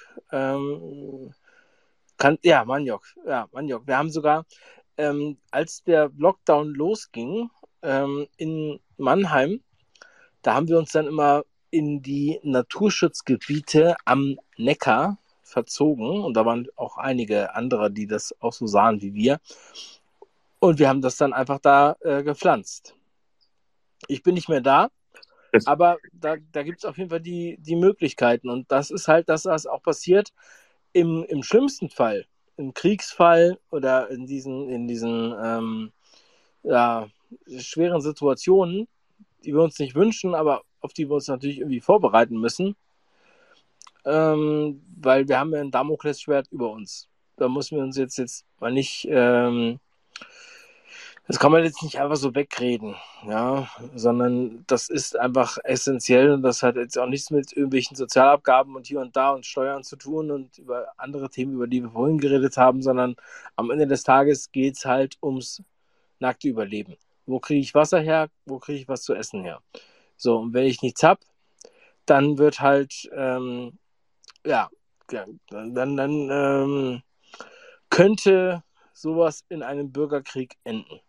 Maniok. Ja, Maniok. Wir haben sogar, als der Lockdown losging in Mannheim, da haben wir uns dann immer in die Naturschutzgebiete am Neckar verzogen und da waren auch einige andere, die das auch so sahen wie wir. Und wir haben das dann einfach da gepflanzt. Ich bin nicht mehr da, Das, aber da gibt es auf jeden Fall die Möglichkeiten. Und das ist halt, dass das auch passiert im schlimmsten Fall, im Kriegsfall oder in diesen schweren Situationen, die wir uns nicht wünschen, aber auf die wir uns natürlich irgendwie vorbereiten müssen, weil wir haben ja ein Damoklesschwert über uns. Da müssen wir uns jetzt mal nicht, das kann man jetzt nicht einfach so wegreden, ja, sondern das ist einfach essentiell und das hat jetzt auch nichts mit irgendwelchen Sozialabgaben und hier und da und Steuern zu tun und über andere Themen, über die wir vorhin geredet haben, sondern am Ende des Tages geht es halt ums nackte Überleben. Wo kriege ich Wasser her? Wo kriege ich was zu essen her? So, und wenn ich nichts habe, dann wird halt, dann könnte sowas in einem Bürgerkrieg enden.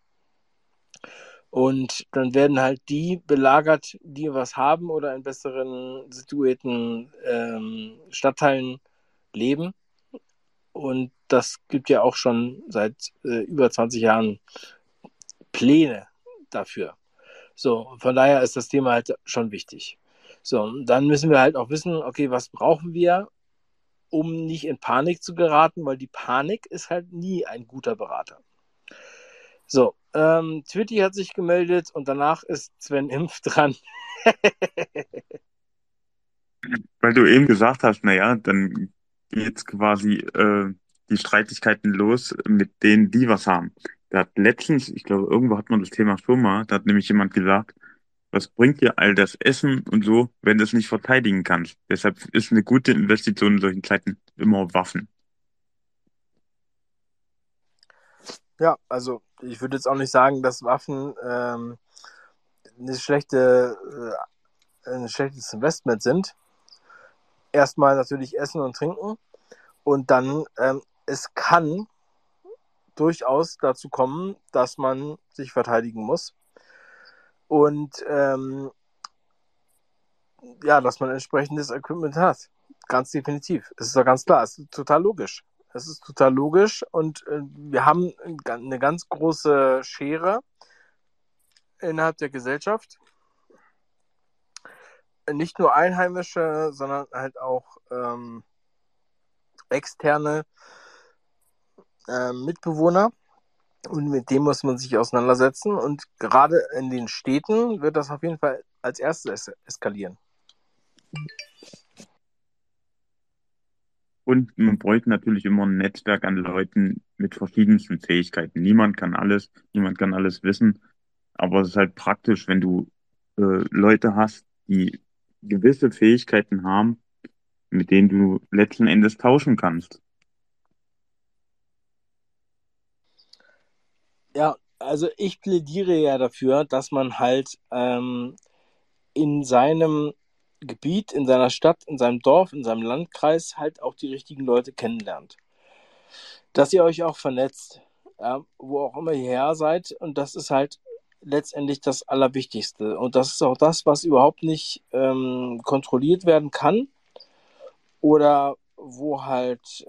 Und dann werden halt die belagert, die was haben oder in besseren situierten Stadtteilen leben. Und das gibt ja auch schon seit über 20 Jahren Pläne dafür. So, von daher ist das Thema halt schon wichtig. So, und dann müssen wir halt auch wissen, okay, was brauchen wir, um nicht in Panik zu geraten, weil die Panik ist halt nie ein guter Berater. So, Twitty hat sich gemeldet und danach ist Sven Impf dran. weil du eben gesagt hast, naja, dann geht's quasi die Streitigkeiten los mit denen, die was haben. Da hat letztens, ich glaube, irgendwo hat man das Thema schon mal, da hat nämlich jemand gesagt, was bringt dir all das Essen und so, wenn du es nicht verteidigen kannst? Deshalb ist eine gute Investition in solchen Zeiten immer Waffen. Ja, also ich würde jetzt auch nicht sagen, dass Waffen eine ein schlechtes Investment sind. Erstmal natürlich Essen und Trinken und dann es kann durchaus dazu kommen, dass man sich verteidigen muss und dass man entsprechendes Equipment hat. Ganz definitiv. Es ist doch ganz klar, es ist total logisch. Es ist total logisch und wir haben eine ganz große Schere innerhalb der Gesellschaft. Nicht nur Einheimische, sondern halt auch externe Mitbewohner. Und mit dem muss man sich auseinandersetzen. Und gerade in den Städten wird das auf jeden Fall als erstes eskalieren. Und man bräuchte natürlich immer ein Netzwerk an Leuten mit verschiedensten Fähigkeiten. Niemand kann alles wissen. Aber es ist halt praktisch, wenn du Leute hast, die gewisse Fähigkeiten haben, mit denen du letzten Endes tauschen kannst. Ja, also ich plädiere ja dafür, dass man halt in seinem Gebiet, in seiner Stadt, in seinem Dorf, in seinem Landkreis halt auch die richtigen Leute kennenlernt. Dass ihr euch auch vernetzt, ja, wo auch immer ihr her seid. Und das ist halt letztendlich das Allerwichtigste. Und das ist auch das, was überhaupt nicht kontrolliert werden kann oder wo halt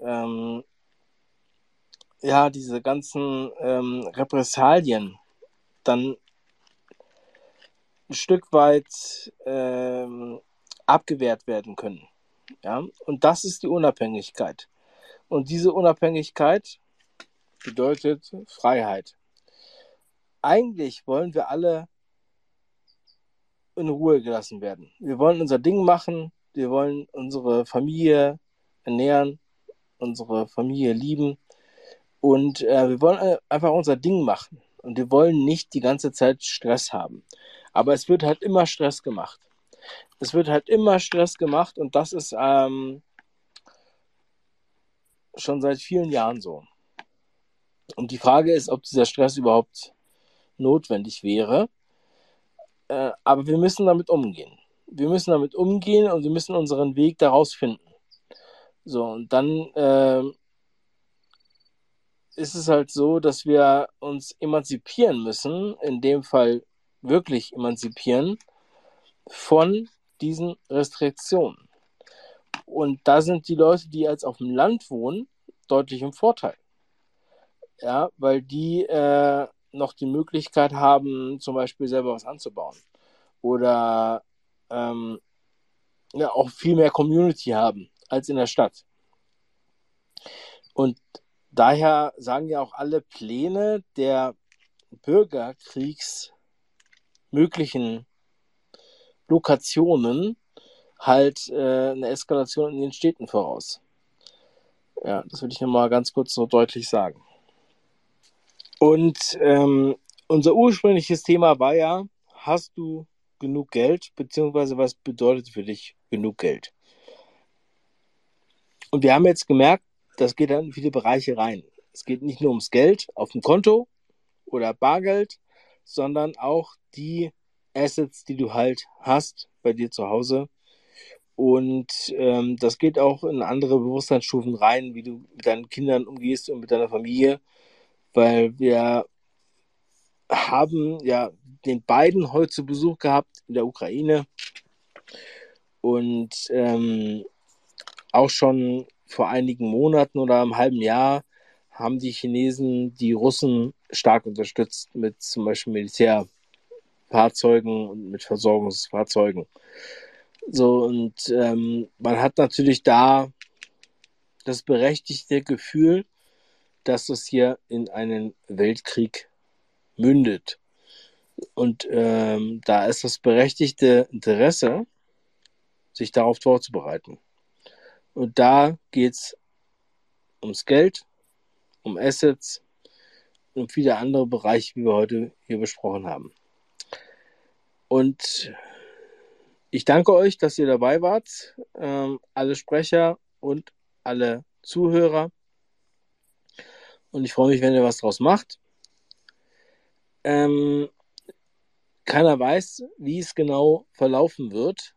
diese ganzen Repressalien dann ein Stück weit abgewehrt werden können. Ja? Und das ist die Unabhängigkeit. Und diese Unabhängigkeit bedeutet Freiheit. Eigentlich wollen wir alle in Ruhe gelassen werden. Wir wollen unser Ding machen, wir wollen unsere Familie ernähren, unsere Familie lieben und wir wollen einfach unser Ding machen. Und wir wollen nicht die ganze Zeit Stress haben. Aber es wird halt immer Stress gemacht. Es wird halt immer Stress gemacht und das ist schon seit vielen Jahren so. Und die Frage ist, ob dieser Stress überhaupt notwendig wäre. Aber wir müssen damit umgehen. Wir müssen damit umgehen und wir müssen unseren Weg daraus finden. So, und dann ist es halt so, dass wir uns emanzipieren müssen, in dem Fall wirklich emanzipieren, von diesen Restriktionen. Und da sind die Leute, die jetzt auf dem Land wohnen, deutlich im Vorteil. Ja, weil die noch die Möglichkeit haben, zum Beispiel selber was anzubauen. Oder auch viel mehr Community haben als in der Stadt. Und daher sagen ja auch alle Pläne der bürgerkriegsmöglichen Lokationen halt eine Eskalation in den Städten voraus. Ja, das will ich nochmal ganz kurz so deutlich sagen. Und unser ursprüngliches Thema war ja, hast du genug Geld, beziehungsweise was bedeutet für dich genug Geld? Und wir haben jetzt gemerkt, das geht dann in viele Bereiche rein. Es geht nicht nur ums Geld auf dem Konto oder Bargeld, sondern auch die Assets, die du halt hast bei dir zu Hause. Und das geht auch in andere Bewusstseinsstufen rein, wie du mit deinen Kindern umgehst und mit deiner Familie, weil wir haben ja den Biden heute zu Besuch gehabt in der Ukraine und auch schon vor einigen Monaten oder einem halben Jahr haben die Chinesen die Russen stark unterstützt mit zum Beispiel Militärfahrzeugen und mit Versorgungsfahrzeugen. So, und man hat natürlich da das berechtigte Gefühl, dass es hier in einen Weltkrieg mündet. Und da ist das berechtigte Interesse, sich darauf vorzubereiten. Und da geht es ums Geld, um Assets und viele andere Bereiche, wie wir heute hier besprochen haben. Und ich danke euch, dass ihr dabei wart, alle Sprecher und alle Zuhörer. Und ich freue mich, wenn ihr was draus macht. Keiner weiß, wie es genau verlaufen wird.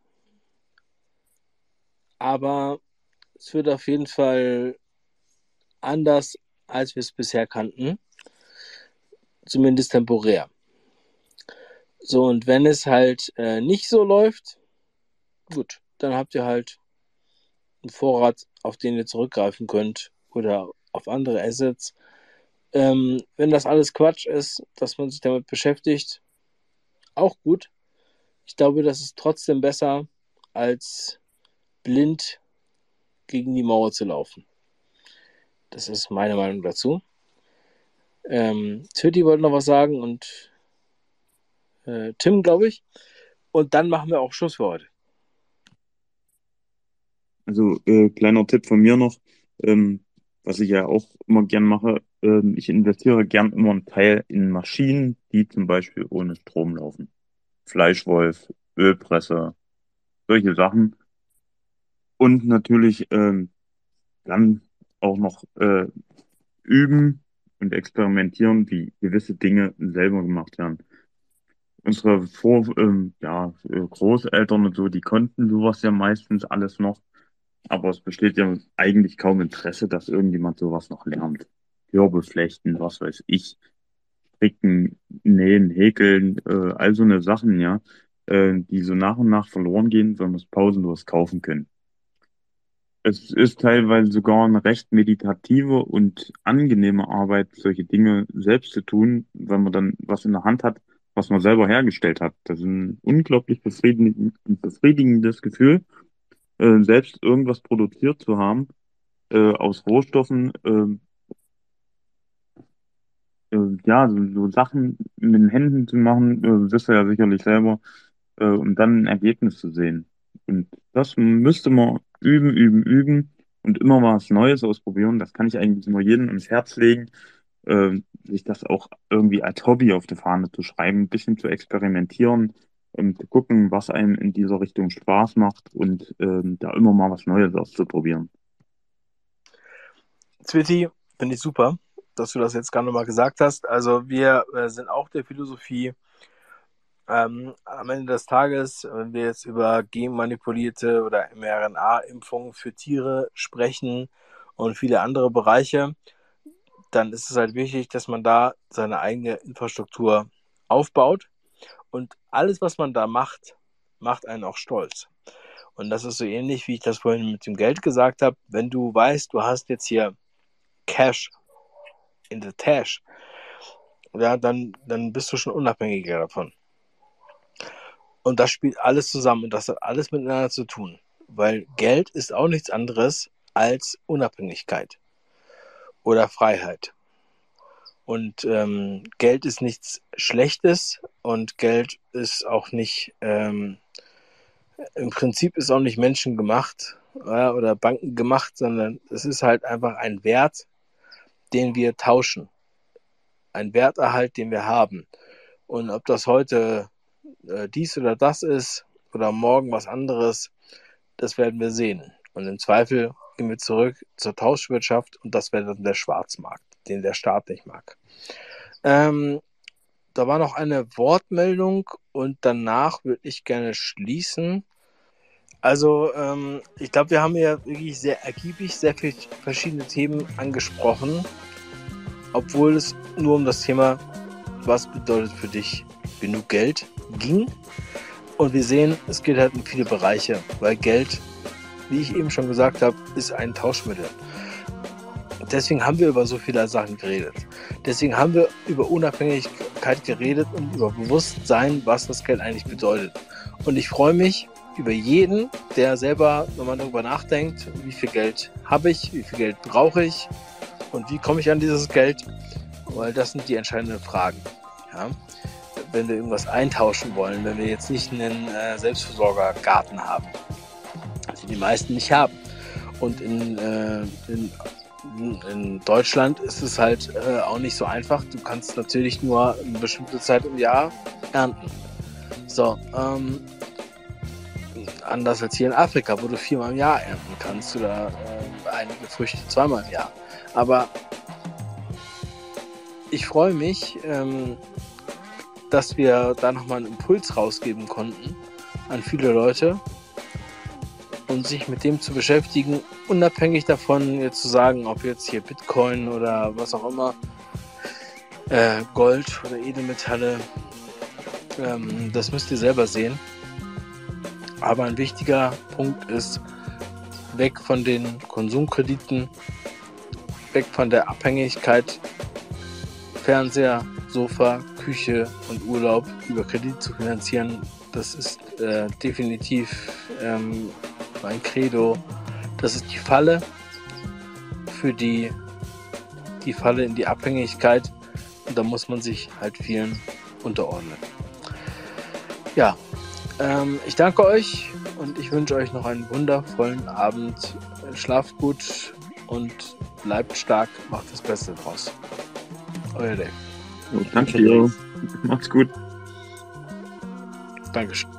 Aber es wird auf jeden Fall anders, als wir es bisher kannten. Zumindest temporär. So, und wenn es halt nicht so läuft, gut, dann habt ihr halt einen Vorrat, auf den ihr zurückgreifen könnt oder auf andere Assets. Wenn das alles Quatsch ist, dass man sich damit beschäftigt, auch gut. Ich glaube, das ist trotzdem besser, als blind gegen die Mauer zu laufen. Das ist meine Meinung dazu. Twitti wollte noch was sagen und Tim, glaube ich. Und dann machen wir auch Schluss für heute. Also kleiner Tipp von mir noch, was ich ja auch immer gern mache, ich investiere gern immer einen Teil in Maschinen, die zum Beispiel ohne Strom laufen. Fleischwolf, Ölpresse, solche Sachen. Und natürlich dann auch noch üben und experimentieren, wie gewisse Dinge selber gemacht werden. Unsere Großeltern und so, die konnten sowas ja meistens alles noch. Aber es besteht ja eigentlich kaum Interesse, dass irgendjemand sowas noch lernt. Körbe flechten, was weiß ich, stricken, nähen, häkeln, all so eine Sachen, ja, die so nach und nach verloren gehen, wenn wir es pausenlos kaufen können. Es ist teilweise sogar eine recht meditative und angenehme Arbeit, solche Dinge selbst zu tun, wenn man dann was in der Hand hat, was man selber hergestellt hat. Das ist ein unglaublich befriedigendes Gefühl, selbst irgendwas produziert zu haben, aus Rohstoffen, ja, so Sachen mit den Händen zu machen, wisst ihr ja sicherlich selber, und dann ein Ergebnis zu sehen. Und das müsste man üben, üben, üben und immer was Neues ausprobieren. Das kann ich eigentlich nur jedem ans Herz legen, sich das auch irgendwie als Hobby auf die Fahne zu schreiben, ein bisschen zu experimentieren, zu gucken, was einem in dieser Richtung Spaß macht und da immer mal was Neues auszuprobieren. Zwitti, finde ich super, dass du das jetzt gerade nochmal gesagt hast. Also wir sind auch der Philosophie, am Ende des Tages, wenn wir jetzt über genmanipulierte oder mRNA-Impfungen für Tiere sprechen und viele andere Bereiche, dann ist es halt wichtig, dass man da seine eigene Infrastruktur aufbaut. Und alles, was man da macht, macht einen auch stolz. Und das ist so ähnlich, wie ich das vorhin mit dem Geld gesagt habe. Wenn du weißt, du hast jetzt hier Cash in the Tash, ja, dann bist du schon unabhängiger davon. Und das spielt alles zusammen und das hat alles miteinander zu tun. Weil Geld ist auch nichts anderes als Unabhängigkeit oder Freiheit. Und Geld ist nichts Schlechtes und Geld ist auch nicht, im Prinzip ist auch nicht menschengemacht oder Banken gemacht, sondern es ist halt einfach ein Wert, den wir tauschen. Ein Werterhalt, den wir haben. Und ob das heute dies oder das ist oder morgen was anderes, das werden wir sehen. Und im Zweifel gehen wir zurück zur Tauschwirtschaft und das wäre dann der Schwarzmarkt, den der Staat nicht mag. Da war noch eine Wortmeldung und danach würde ich gerne schließen. Also ich glaube, wir haben ja wirklich sehr ergiebig sehr viele verschiedene Themen angesprochen, obwohl es nur um das Thema, was bedeutet für dich genug Geld, ging. Und wir sehen, es geht halt in viele Bereiche, weil Geld, wie ich eben schon gesagt habe, ist ein Tauschmittel. Deswegen haben wir über so viele Sachen geredet. Deswegen haben wir über Unabhängigkeit geredet und über Bewusstsein, was das Geld eigentlich bedeutet. Und ich freue mich über jeden, der selber nochmal darüber nachdenkt, wie viel Geld habe ich, wie viel Geld brauche ich und wie komme ich an dieses Geld, weil das sind die entscheidenden Fragen. Ja? Wenn wir irgendwas eintauschen wollen, wenn wir jetzt nicht einen Selbstversorgergarten haben, den die meisten nicht haben. Und in Deutschland ist es halt auch nicht so einfach. Du kannst natürlich nur eine bestimmte Zeit im Jahr ernten. So, anders als hier in Afrika, wo du 4-mal im Jahr ernten kannst oder einige Früchte 2-mal im Jahr. Aber ich freue mich, dass wir da nochmal einen Impuls rausgeben konnten an viele Leute und sich mit dem zu beschäftigen, unabhängig davon jetzt zu sagen, ob jetzt hier Bitcoin oder was auch immer, Gold oder Edelmetalle, das müsst ihr selber sehen. Aber ein wichtiger Punkt ist, weg von den Konsumkrediten, weg von der Abhängigkeit, Fernseher, Sofa, Küche und Urlaub über Kredit zu finanzieren. Das ist definitiv mein Credo. Das ist die Falle für die Falle in die Abhängigkeit und da muss man sich halt vielen unterordnen. Ja, ich danke euch und ich wünsche euch noch einen wundervollen Abend. Schlaft gut und bleibt stark, macht das Beste draus. Euer Dave. Danke dir. Macht's gut. Dankeschön.